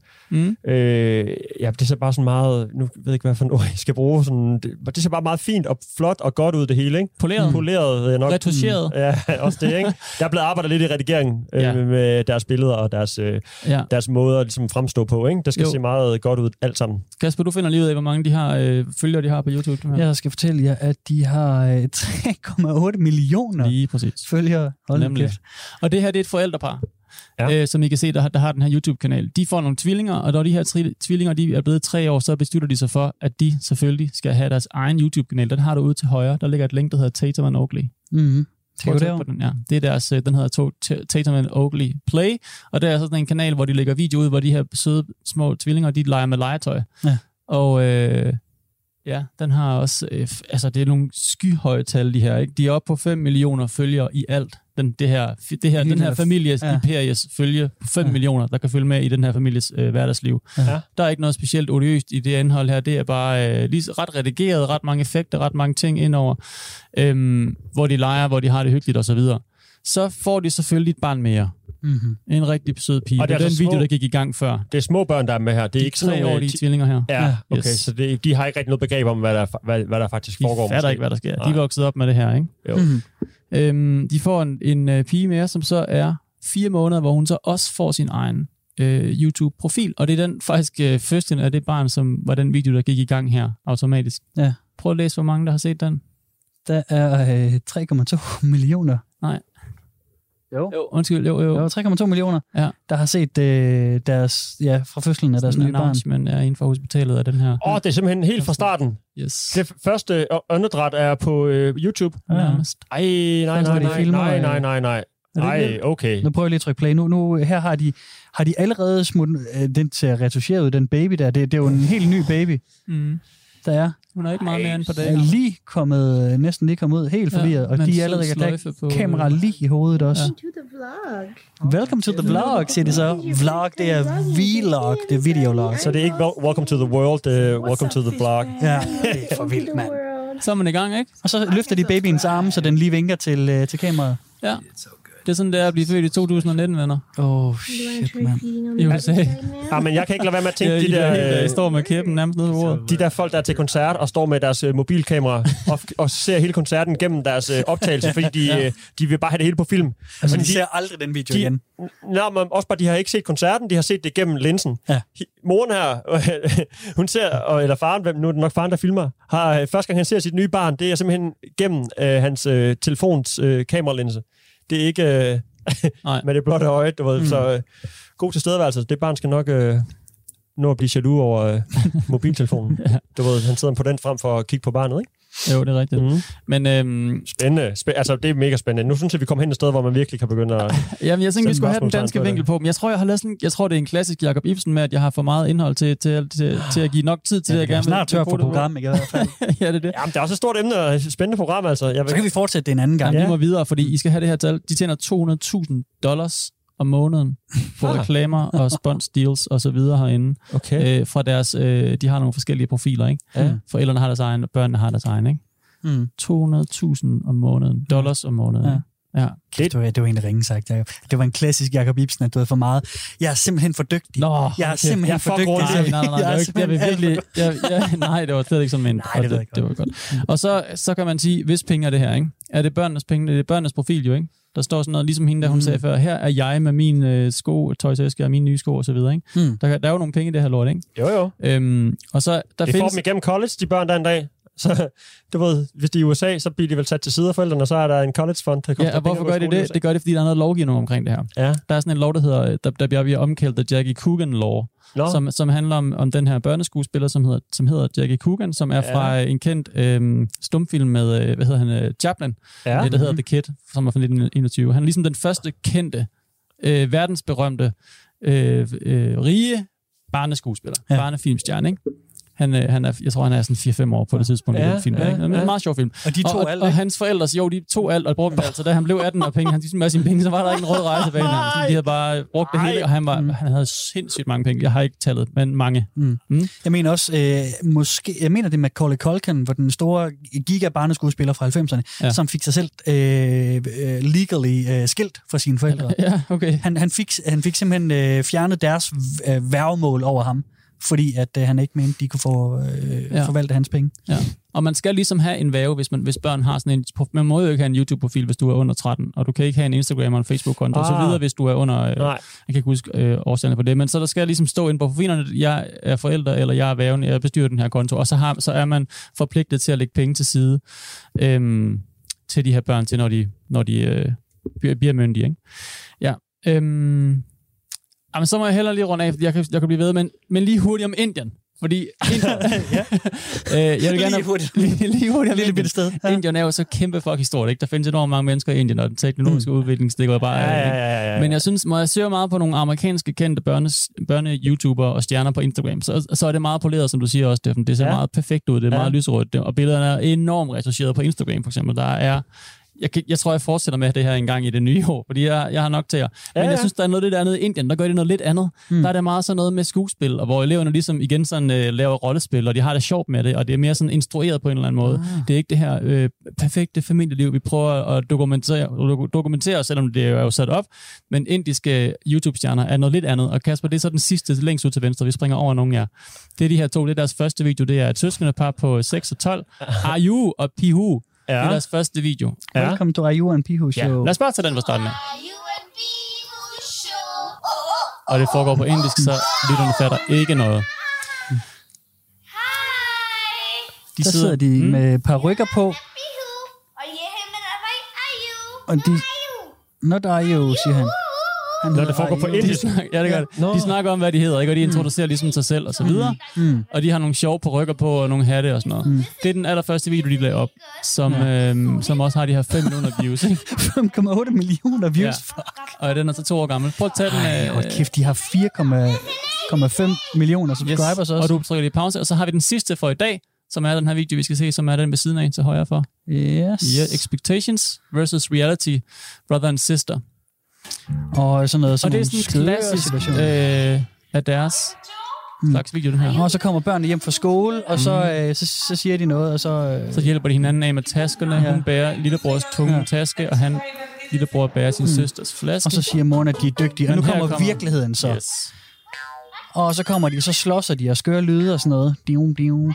[SPEAKER 4] det ser bare sådan meget... Nu ved jeg ikke, hvad for en ord jeg skal bruge. Sådan, det ser bare meget fint og flot og godt ud, det hele, ikke? Poleret. Nok.
[SPEAKER 2] Retoucheret.
[SPEAKER 4] Ja, også det, ikke? Der er blevet arbejdet lidt i redigeringen. Med deres billeder og deres måder at ligesom fremstå på, ikke? Det skal se meget godt ud alt sammen.
[SPEAKER 2] Kasper, du finder lige ud af, hvor mange følgere de har på YouTube.
[SPEAKER 1] Jeg skal fortælle jer, at de har 3,8 millioner
[SPEAKER 2] lige præcis
[SPEAKER 1] følgere.
[SPEAKER 2] Og det her, det er et forældrepar, som I kan se, der har den her YouTube-kanal. De får nogle tvillinger, og når de her tvillinger de er blevet 3 år, så beslutter de sig for, at de selvfølgelig skal have deres egen YouTube-kanal. Den har du ude til højre. Der ligger et link, der hedder Tatum and Oakley. Det er deres, den hedder Tatum and Oakley Play, og det er sådan en kanal, hvor de lægger video ud, hvor de her søde små tvillinger, de leger med legetøj. Ja. Og den har også, det er nogle skyhøje tal, de her, ikke? De er oppe på 5 millioner følgere i alt. Den her families imperies følge på 5 millioner, der kan følge med i den her families hverdagsliv. Ja. Der er ikke noget specielt odiøst i det indhold her. Det er bare ret redigeret, ret mange effekter, ret mange ting indover, hvor de leger, hvor de har det hyggeligt osv. Så får de selvfølgelig et barn mere. Mm-hmm. En rigtig sød pige. Og det er den video, der gik i gang før.
[SPEAKER 4] Det er små børn, der er med her. Det er ikke
[SPEAKER 2] 3 år, de tvillinger her.
[SPEAKER 4] Ja, okay. Yes. Så de har ikke rigtig noget begreb om, hvad der faktisk foregår.
[SPEAKER 2] De fatter ikke, hvad der sker. De er vokset op med det her, ikke? Jo. Mm-hmm. De får en pige mere, som så er 4 måneder, hvor hun så også får sin egen YouTube-profil, og det er den faktisk fødslen af det barn, som var den video, der gik i gang her automatisk.
[SPEAKER 1] Ja.
[SPEAKER 2] Prøv at læse, hvor mange der har set den.
[SPEAKER 1] Der er 3,2 millioner.
[SPEAKER 2] Nej.
[SPEAKER 1] Jo.
[SPEAKER 2] Undskyld, jo.
[SPEAKER 1] Der var 3,2 millioner, der har set deres, fra fødslen af deres nye barn.
[SPEAKER 2] Announcement er inden for hospitalet af den her.
[SPEAKER 4] Det er simpelthen helt fra starten.
[SPEAKER 2] Yes.
[SPEAKER 4] Det første åndedræt er på YouTube.
[SPEAKER 2] Nærmest.
[SPEAKER 4] Nej. Ej, okay.
[SPEAKER 1] Nu prøver jeg lige at trykke play. Nu her har de allerede smuttet den til at retuschere ud, den baby der. Det er jo en helt ny baby, der er.
[SPEAKER 2] Hun er ikke meget mere end på dagen.
[SPEAKER 1] Næsten lige kommet ud, helt forvirret. Og de er allerede kamera lige i hovedet også. Welcome to the vlog, siger de så. Vlog, det er vlog, det er videolog.
[SPEAKER 4] Så det er ikke welcome to the world, det er welcome to the vlog.
[SPEAKER 1] Ja, det er for vildt, mand.
[SPEAKER 2] Så er man i gang, ikke?
[SPEAKER 1] Og så løfter de babyens arme, så den lige vinker til kameraet.
[SPEAKER 2] Ja. Det er sådan, det er at blive født i 2019, venner.
[SPEAKER 1] Shit, mand.
[SPEAKER 2] I USA.
[SPEAKER 4] Men jeg kan ikke lade være med at tænke, de der...
[SPEAKER 2] står med kæben nærmest nede på bordet.
[SPEAKER 4] De der folk, der er til koncert og står med deres mobilkamera og ser hele koncerten gennem deres optagelse, fordi de vil bare have det hele på film.
[SPEAKER 1] Altså, de ser aldrig den video igen.
[SPEAKER 4] Nej, men også bare, de har ikke set koncerten, de har set det gennem linsen.
[SPEAKER 1] Ja.
[SPEAKER 4] Moren her, hun ser, eller faren, nu er det nok faren, der filmer, har første gang han ser sit nye barn, det er simpelthen gennem hans telefons kameralinse. Det er ikke med det blotte øje, du ved. Så god tilstedeværelse. Det barn skal nok nå at blive jaloux over mobiltelefonen. Du ved, han sidder på den frem for at kigge på barnet, ikke?
[SPEAKER 2] Jo, det er rigtigt. Men,
[SPEAKER 4] spændende. Altså, det er mega spændende. Nu synes jeg, vi kommer hen et sted, hvor man virkelig kan begynde at...
[SPEAKER 2] Jamen, jeg tænker, vi skulle have den danske vinkel på. Men jeg tror, det er en klassisk Jacob Ibsen med, at jeg har for meget indhold til at give nok tid til det, jeg gerne vil.
[SPEAKER 1] Snart tør for program, ikke? I hvert fald.
[SPEAKER 2] Ja, det er det.
[SPEAKER 4] Jamen, det er også et stort emne og et spændende program, altså.
[SPEAKER 1] Så kan vi fortsætte det en anden gang.
[SPEAKER 2] Vi må videre, fordi I skal have det her tal. De tjener $200,000 om måneden på reklamer og spons deals og så videre herinde.
[SPEAKER 4] Okay.
[SPEAKER 2] Fra deres, de har nogle forskellige profiler, ikke? Ja. Forældrene har deres egen, og børnene har deres egen, ikke? 200.000 om måneden. Dollars om måneden. Ja.
[SPEAKER 1] Det var egentlig ringe sagt, Jacob. Det var en klassisk Jacob Ibsen, at du havde for meget. Jeg er simpelthen for dygtig. Jeg er simpelthen for dygtig.
[SPEAKER 2] Nej, det var slet ikke sådan en.
[SPEAKER 1] Nej, det var godt.
[SPEAKER 2] Og så kan man sige, hvis penge er det her, ikke? Er det børnenes penge? Det er børnenes profil jo, ikke? Der står sådan noget, ligesom hende, der hun sagde før, her er jeg med min tøjsæske og mine nye sko og så videre, ikke? Der er jo nogle penge i det her lort, ikke?
[SPEAKER 4] Jo.
[SPEAKER 2] Og så der
[SPEAKER 4] det får dem igennem college, de børn der en dag. Så du ved, hvis de er i USA, så bliver de vel sat til side af forældrene, og så er der en college-fond, der koster
[SPEAKER 2] og hvorfor gør de det? Det gør det, fordi der er noget lovgivning omkring det her. Ja. Der er sådan en lov, der hedder, der bliver omkaldt The Jackie Coogan Law, som handler om den her børneskuespiller, som hedder Jackie Coogan, som er fra en kendt stumfilm med, hvad hedder han, Chaplin, der hedder The Kid, som er fra 1921. Han er ligesom den første kendte, verdensberømte, rige barneskuespiller, barnefilmstjerne, ikke? Jeg tror, han er sådan 4-5 år på det tidspunkt i den film. Men en meget sjov film.
[SPEAKER 1] Og de tog alt,
[SPEAKER 2] og hans forældre siger, de tog alt og brugte alt. Så da han blev 18 og penge, han fik med sine penge, så var der ikke en rød rejse tilbage. De havde bare brugt det hele, og han havde sindssygt mange penge. Jeg har ikke tallet, men mange.
[SPEAKER 1] Jeg mener også, jeg mener det med Macaulay Culkin, hvor den store giga-barneskuespiller fra 90'erne, som fik sig selv legally skilt fra sine forældre.
[SPEAKER 2] Ja, okay.
[SPEAKER 1] Han fik simpelthen fjernet deres værgemål over ham, fordi at han ikke mente, de kunne få forvalte hans penge. Ja.
[SPEAKER 2] Og man skal ligesom have en værge, hvis børn har sådan en... Man må jo ikke have en YouTube-profil, hvis du er under 13, og du kan ikke have en Instagram og en Facebook-konto, og så videre, hvis du er under... jeg kan ikke huske årsagerne på det, men så der skal ligesom stå ind på profilerne, jeg er forælder, eller jeg er værgen, jeg bestyrer den her konto, og så er man forpligtet til at lægge penge til side til de her børn, til når de bliver myndige, ikke? Ja. Jamen, så må jeg hellere lige runde af, fordi jeg kan blive ved, men lige hurtigt om Indien. Fordi jeg vil gerne lige hurtigt om
[SPEAKER 1] lille bitte sted.
[SPEAKER 2] Indien er jo så kæmpe fuck historie, ikke? Der findes enormt mange mennesker i Indien, og den teknologiske udvikling stikker jo bare af. Men jeg synes, når jeg ser meget på nogle amerikanske kendte børne-YouTubere og stjerner på Instagram, så er det meget poleret, som du siger også, Steffen. Det ser meget perfekt ud, det er meget lyserødt, og billederne er enormt retuscheret på Instagram, for eksempel. Der er... Jeg tror, jeg fortsætter med det her en gang i det nye år, fordi jeg har nok til jer. Men jeg synes, der er noget lidt andet i Indien. Der gør det noget lidt andet. Der er det meget sådan noget med skuespil, og hvor eleverne ligesom igen sådan laver rollespil, og de har det sjovt med det, og det er mere sådan instrueret på en eller anden måde. Det er ikke det her perfekte familieliv, vi prøver at dokumentere, selvom det er jo sat op. Men indiske YouTube-stjerner er noget lidt andet, og Kasper, det er så den sidste længst ud til venstre. Vi springer over nogle af jer. Det er de her to. Det er deres første video. Det er et søskende par på 6 og 12. Ayu og Pihu. Det er deres første video.
[SPEAKER 1] Welcome to Ayu and Pihu Show.
[SPEAKER 2] Lad os bare tage den fra starten med. og det foregår på indisk, så lytterne fatter ikke noget.
[SPEAKER 1] Der sidder de med parykker på. Og de... Not are you, siger han.
[SPEAKER 4] Når det foregår på indisk.
[SPEAKER 2] Ja, det gør det. De snakker om, hvad de hedder, ikke? Og de introducerer ligesom sig selv og så videre. Og de har nogle sjove parykker på og nogle hatte og sådan noget. Det er den allerførste video, de lagde op, som også har de her 5 millioner views.
[SPEAKER 1] 5,8 millioner views, fuck.
[SPEAKER 2] Og den er så 2 år gammel. Prøv at tage den.
[SPEAKER 1] Hold kæft, de har 4,5 millioner subscribers også.
[SPEAKER 2] Og du trykker lige pause, og så har vi den sidste for i dag, som er den her video, vi skal se, som er den ved siden af til højre for.
[SPEAKER 1] Yes.
[SPEAKER 2] Yeah, expectations versus reality, brother and sister.
[SPEAKER 1] Og sådan noget,
[SPEAKER 2] og det er sådan en klassisk af deres slags video, den her.
[SPEAKER 1] Og så kommer børnene hjem fra skole, og så siger de noget, og
[SPEAKER 2] så hjælper de hinanden af med taskerne. Hun bærer lillebrors tunge taske, og lillebror bærer sin søsters flaske.
[SPEAKER 1] Og så siger moren, at de er dygtige. Og nu kommer virkeligheden så.
[SPEAKER 2] Yes.
[SPEAKER 1] Og så kommer de, så slåsser de og skører lyde og sådan noget. Dium.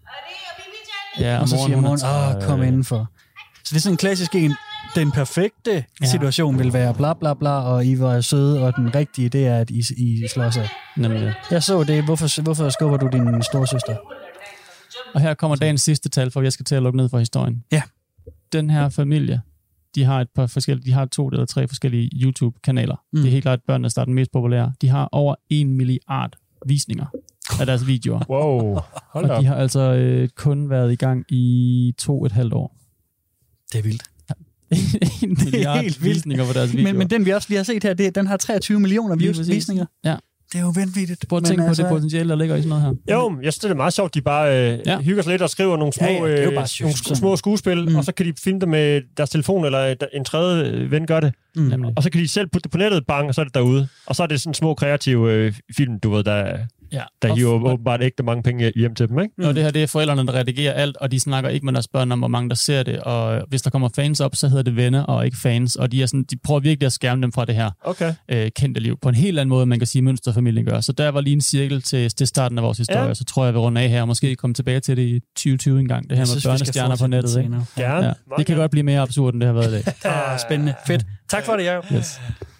[SPEAKER 2] Ja,
[SPEAKER 1] og så siger moren, kom indenfor. Så det er sådan en klassisk en. Den perfekte situation vil være bla bla bla, og I var søde, og den rigtige, det er, at I slår sig.
[SPEAKER 2] Nemlig.
[SPEAKER 1] Jeg så det. Hvorfor skubber du din storesøster?
[SPEAKER 2] Og her kommer dagens sidste tal, for jeg skal til at lukke ned for historien.
[SPEAKER 1] Ja.
[SPEAKER 2] Den her familie, de har 2 eller 3 forskellige YouTube-kanaler. Det er helt klart børnene, der er den mest populære. De har over 1 milliard visninger af deres videoer.
[SPEAKER 4] Wow.
[SPEAKER 2] Hold og de har altså kun været i gang i 2,5 år.
[SPEAKER 1] Det er vildt.
[SPEAKER 2] 1 milliard visninger på deres videoer.
[SPEAKER 1] Men den vi også lige har set her, den har 23 millioner visninger.
[SPEAKER 2] Ja.
[SPEAKER 1] Det er jo vanvittigt.
[SPEAKER 2] Prøv at tænke på det potentiale, der ligger i sådan noget her.
[SPEAKER 4] Jo, jeg synes, det er meget sjovt. De bare hygger sig lidt og skriver nogle små, små skuespil, og så kan de filme det med deres telefon, eller en tredje ven gør det. Og så kan de selv putte det på nettet, bang, og så er det derude. Og så er det sådan små kreative film, du ved, der hiver åbenbart ægte mange penge hjem til dem, ikke?
[SPEAKER 2] Og det her, det er forældrene, der redigerer alt, og de snakker ikke med deres børn om, hvor mange der ser det. Og hvis der kommer fans op, så hedder det venner og ikke fans. Og de prøver virkelig at skærme dem fra det her kendte liv på en helt anden måde, man kan sige, mønsterfamilien gør. Så der var lige en cirkel til starten af vores historie, så tror jeg, vi runder af her, og måske komme tilbage til det i 2020 engang. Det her med børnestjerner på nettet, ikke?
[SPEAKER 4] Gerne. Ja.
[SPEAKER 2] Det kan godt blive mere absurd, end det har været i dag.
[SPEAKER 1] Spændende. Fedt. Tak for det, Jacob.
[SPEAKER 2] Yes.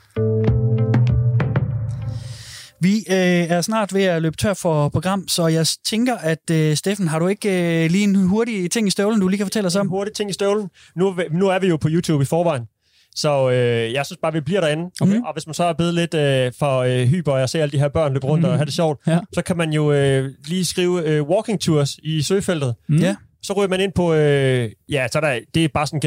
[SPEAKER 1] Vi er snart ved at løbe tør for program, så jeg tænker, at Steffen, har du ikke lige en hurtig ting i støvlen, du lige kan fortælle os om?
[SPEAKER 4] En hurtig ting i støvlen. Nu er vi jo på YouTube i forvejen, så jeg synes bare, vi bliver derinde. Okay. Og hvis man så er blevet lidt for hyper, og jeg ser alle de her børn løbe rundt og have det sjovt, så kan man jo lige skrive walking tours i søgefeltet.
[SPEAKER 1] Ja.
[SPEAKER 4] Så ryger man ind på, så det er bare sådan en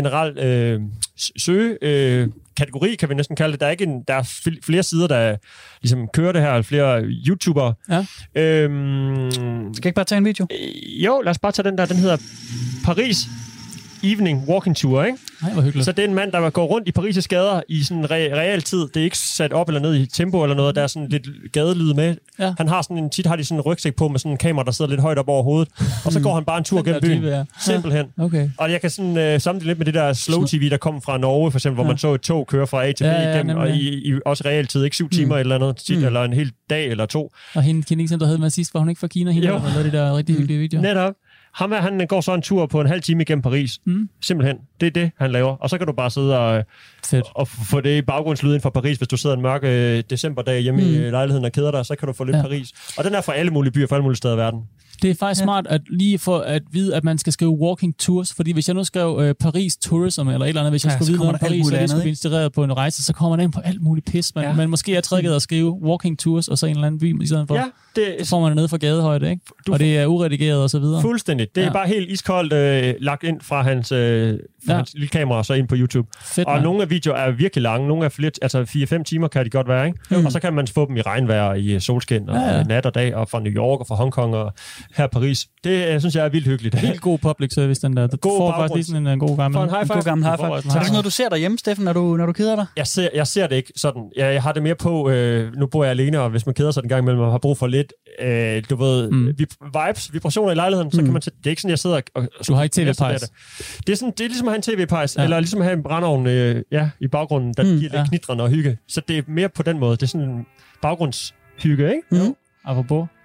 [SPEAKER 4] generel kategori, kan vi næsten kalde det. Der er flere sider, der ligesom kører det her, flere YouTubere.
[SPEAKER 1] Ja. Skal jeg ikke bare tage en video?
[SPEAKER 4] Jo, lad os bare tage den der. Den hedder Paris Evening Walking Tour, ikke?
[SPEAKER 2] Nej, hvor hyggeligt.
[SPEAKER 4] Så det er en mand, der går rundt i Paris' gader i sådan realtid. Det er ikke sat op eller ned i tempo eller noget. Der er sådan lidt gadelyd med. Ja. Han har sådan tit har de sådan en rygsæk på med sådan en kamera, der sidder lidt højt op over hovedet. Og så går han bare en tur gennem byen. Simpelthen.
[SPEAKER 2] Okay.
[SPEAKER 4] Og jeg kan sådan sammenligne lidt med det der slow TV, der kom fra Norge, for eksempel, hvor man så et tog køre fra A til B igennem, og i også realtid, ikke 7 timer eller noget, eller en hel dag eller 2.
[SPEAKER 2] Og hende kendte der hed med sidst, var hun ikke fra Kina? Hende, der lavede de der rigtig hyggelige videoer.
[SPEAKER 4] Netop. Han går så en tur på en halv time igennem Paris. Simpelthen. Det er det, han laver. Og så kan du bare sidde og få det i baggrundslyd ind fra Paris. Hvis du sidder en mørk decemberdag hjemme i lejligheden og keder dig, så kan du få lidt Paris. Og den er fra alle mulige byer, fra alle mulige steder i verden.
[SPEAKER 2] Det er faktisk smart at lige få at vide, at man skal skrive walking tours, fordi hvis jeg nu skrev Paris Tourism eller et eller andet, hvis jeg skulle vide noget om Paris, og det skulle blive inspireret på en rejse, så kommer man ind på alt muligt pis. Men måske er trikket at skrive walking tours og så en eller anden by i stedet for. Så får man det ned fra gadehøjde, ikke? Og det er uredigeret og så videre.
[SPEAKER 4] Fuldstændig. Det er bare helt iskoldt lagt ind fra hans lille kamera og så ind på YouTube.
[SPEAKER 2] Fedt,
[SPEAKER 4] og nogle af videoer er virkelig lange. Nogle er flere, altså 4-5 timer kan de godt være, ikke? Og så kan man få dem i regnvejr, i solskin og nat og dag, og fra New York og fra Hongkong og her Paris. Det synes jeg er vildt hyggeligt.
[SPEAKER 2] Helt god public service, den der. Du får faktisk lige sådan en god gammel
[SPEAKER 1] high five. Så er det sådan noget, du ser derhjemme, Steffen, når du keder dig?
[SPEAKER 4] Jeg ser det ikke sådan. Jeg har det mere på, nu bor jeg alene, og hvis man keder sig en gang imellem, og har brug for lidt, du ved, vibrationer i lejligheden, så kan man det er ikke sådan, jeg sidder og
[SPEAKER 2] du har ikke tv-pejs.
[SPEAKER 4] Det er ligesom at have en tv-pejs, eller ligesom at have en brændeovn i baggrunden, der giver lidt knitrende og hygge. Så det er mere på den måde. Det er sådan en baggrundshygge, ikke?
[SPEAKER 2] Apropos.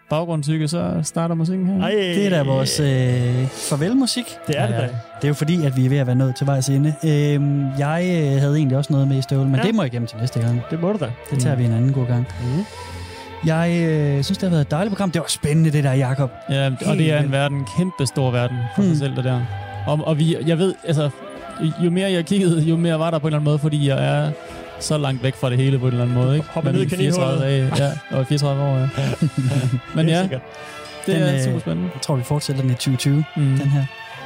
[SPEAKER 2] baggrundstykke, så starter musikken her.
[SPEAKER 1] Ej. Det er da vores farvelmusik.
[SPEAKER 4] Det er det da.
[SPEAKER 1] Det er jo fordi, at vi er ved at være nået til vejs ende. Jeg havde egentlig også noget med i støvlen, men det må jeg gemme til næste gang.
[SPEAKER 4] Det må du da.
[SPEAKER 1] Det tager vi en anden god gang. Jeg synes, det har været et dejligt program. Det var spændende, det der, Jakob.
[SPEAKER 2] Ja, og det er en verden, kæmpe stor verden for sig selv, det der. Og jeg ved, altså, jo mere jeg kiggede, jo mere var der på en eller anden måde, fordi jeg er så langt væk fra det hele på en eller anden måde, ikke?
[SPEAKER 4] Hopper ned i kaninhullet.
[SPEAKER 2] Ja, og 34 år, ja. Men ja, det er super spændende.
[SPEAKER 1] Jeg tror, vi fortsætter den i 2020, den her.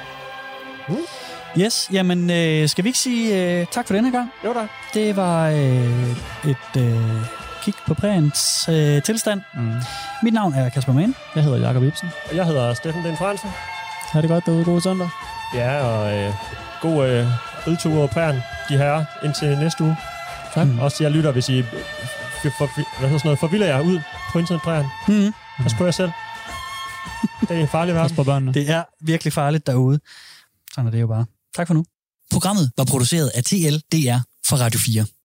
[SPEAKER 1] Yes, jamen, skal vi ikke sige tak for denne gang?
[SPEAKER 4] Jo da.
[SPEAKER 1] Det var et kig på prægens tilstand. Mit navn er Kasper Mann.
[SPEAKER 2] Jeg hedder Jakob Ibsen.
[SPEAKER 4] Og jeg hedder Steffen Den Fransen.
[SPEAKER 2] Ha' det godt derude. God søndag.
[SPEAKER 4] Ja, og god ridtur over prægen, de herrer, indtil næste uge. Tak. Også jeg lytter, hvis I forvilder jer ud på internetprægen. Pas på jer selv. Det er en farlig verden.
[SPEAKER 2] Pas på børnene.
[SPEAKER 1] Det er virkelig farligt derude. Sådan er det jo bare. Tak for nu. Programmet var produceret af TLDR for Radio 4.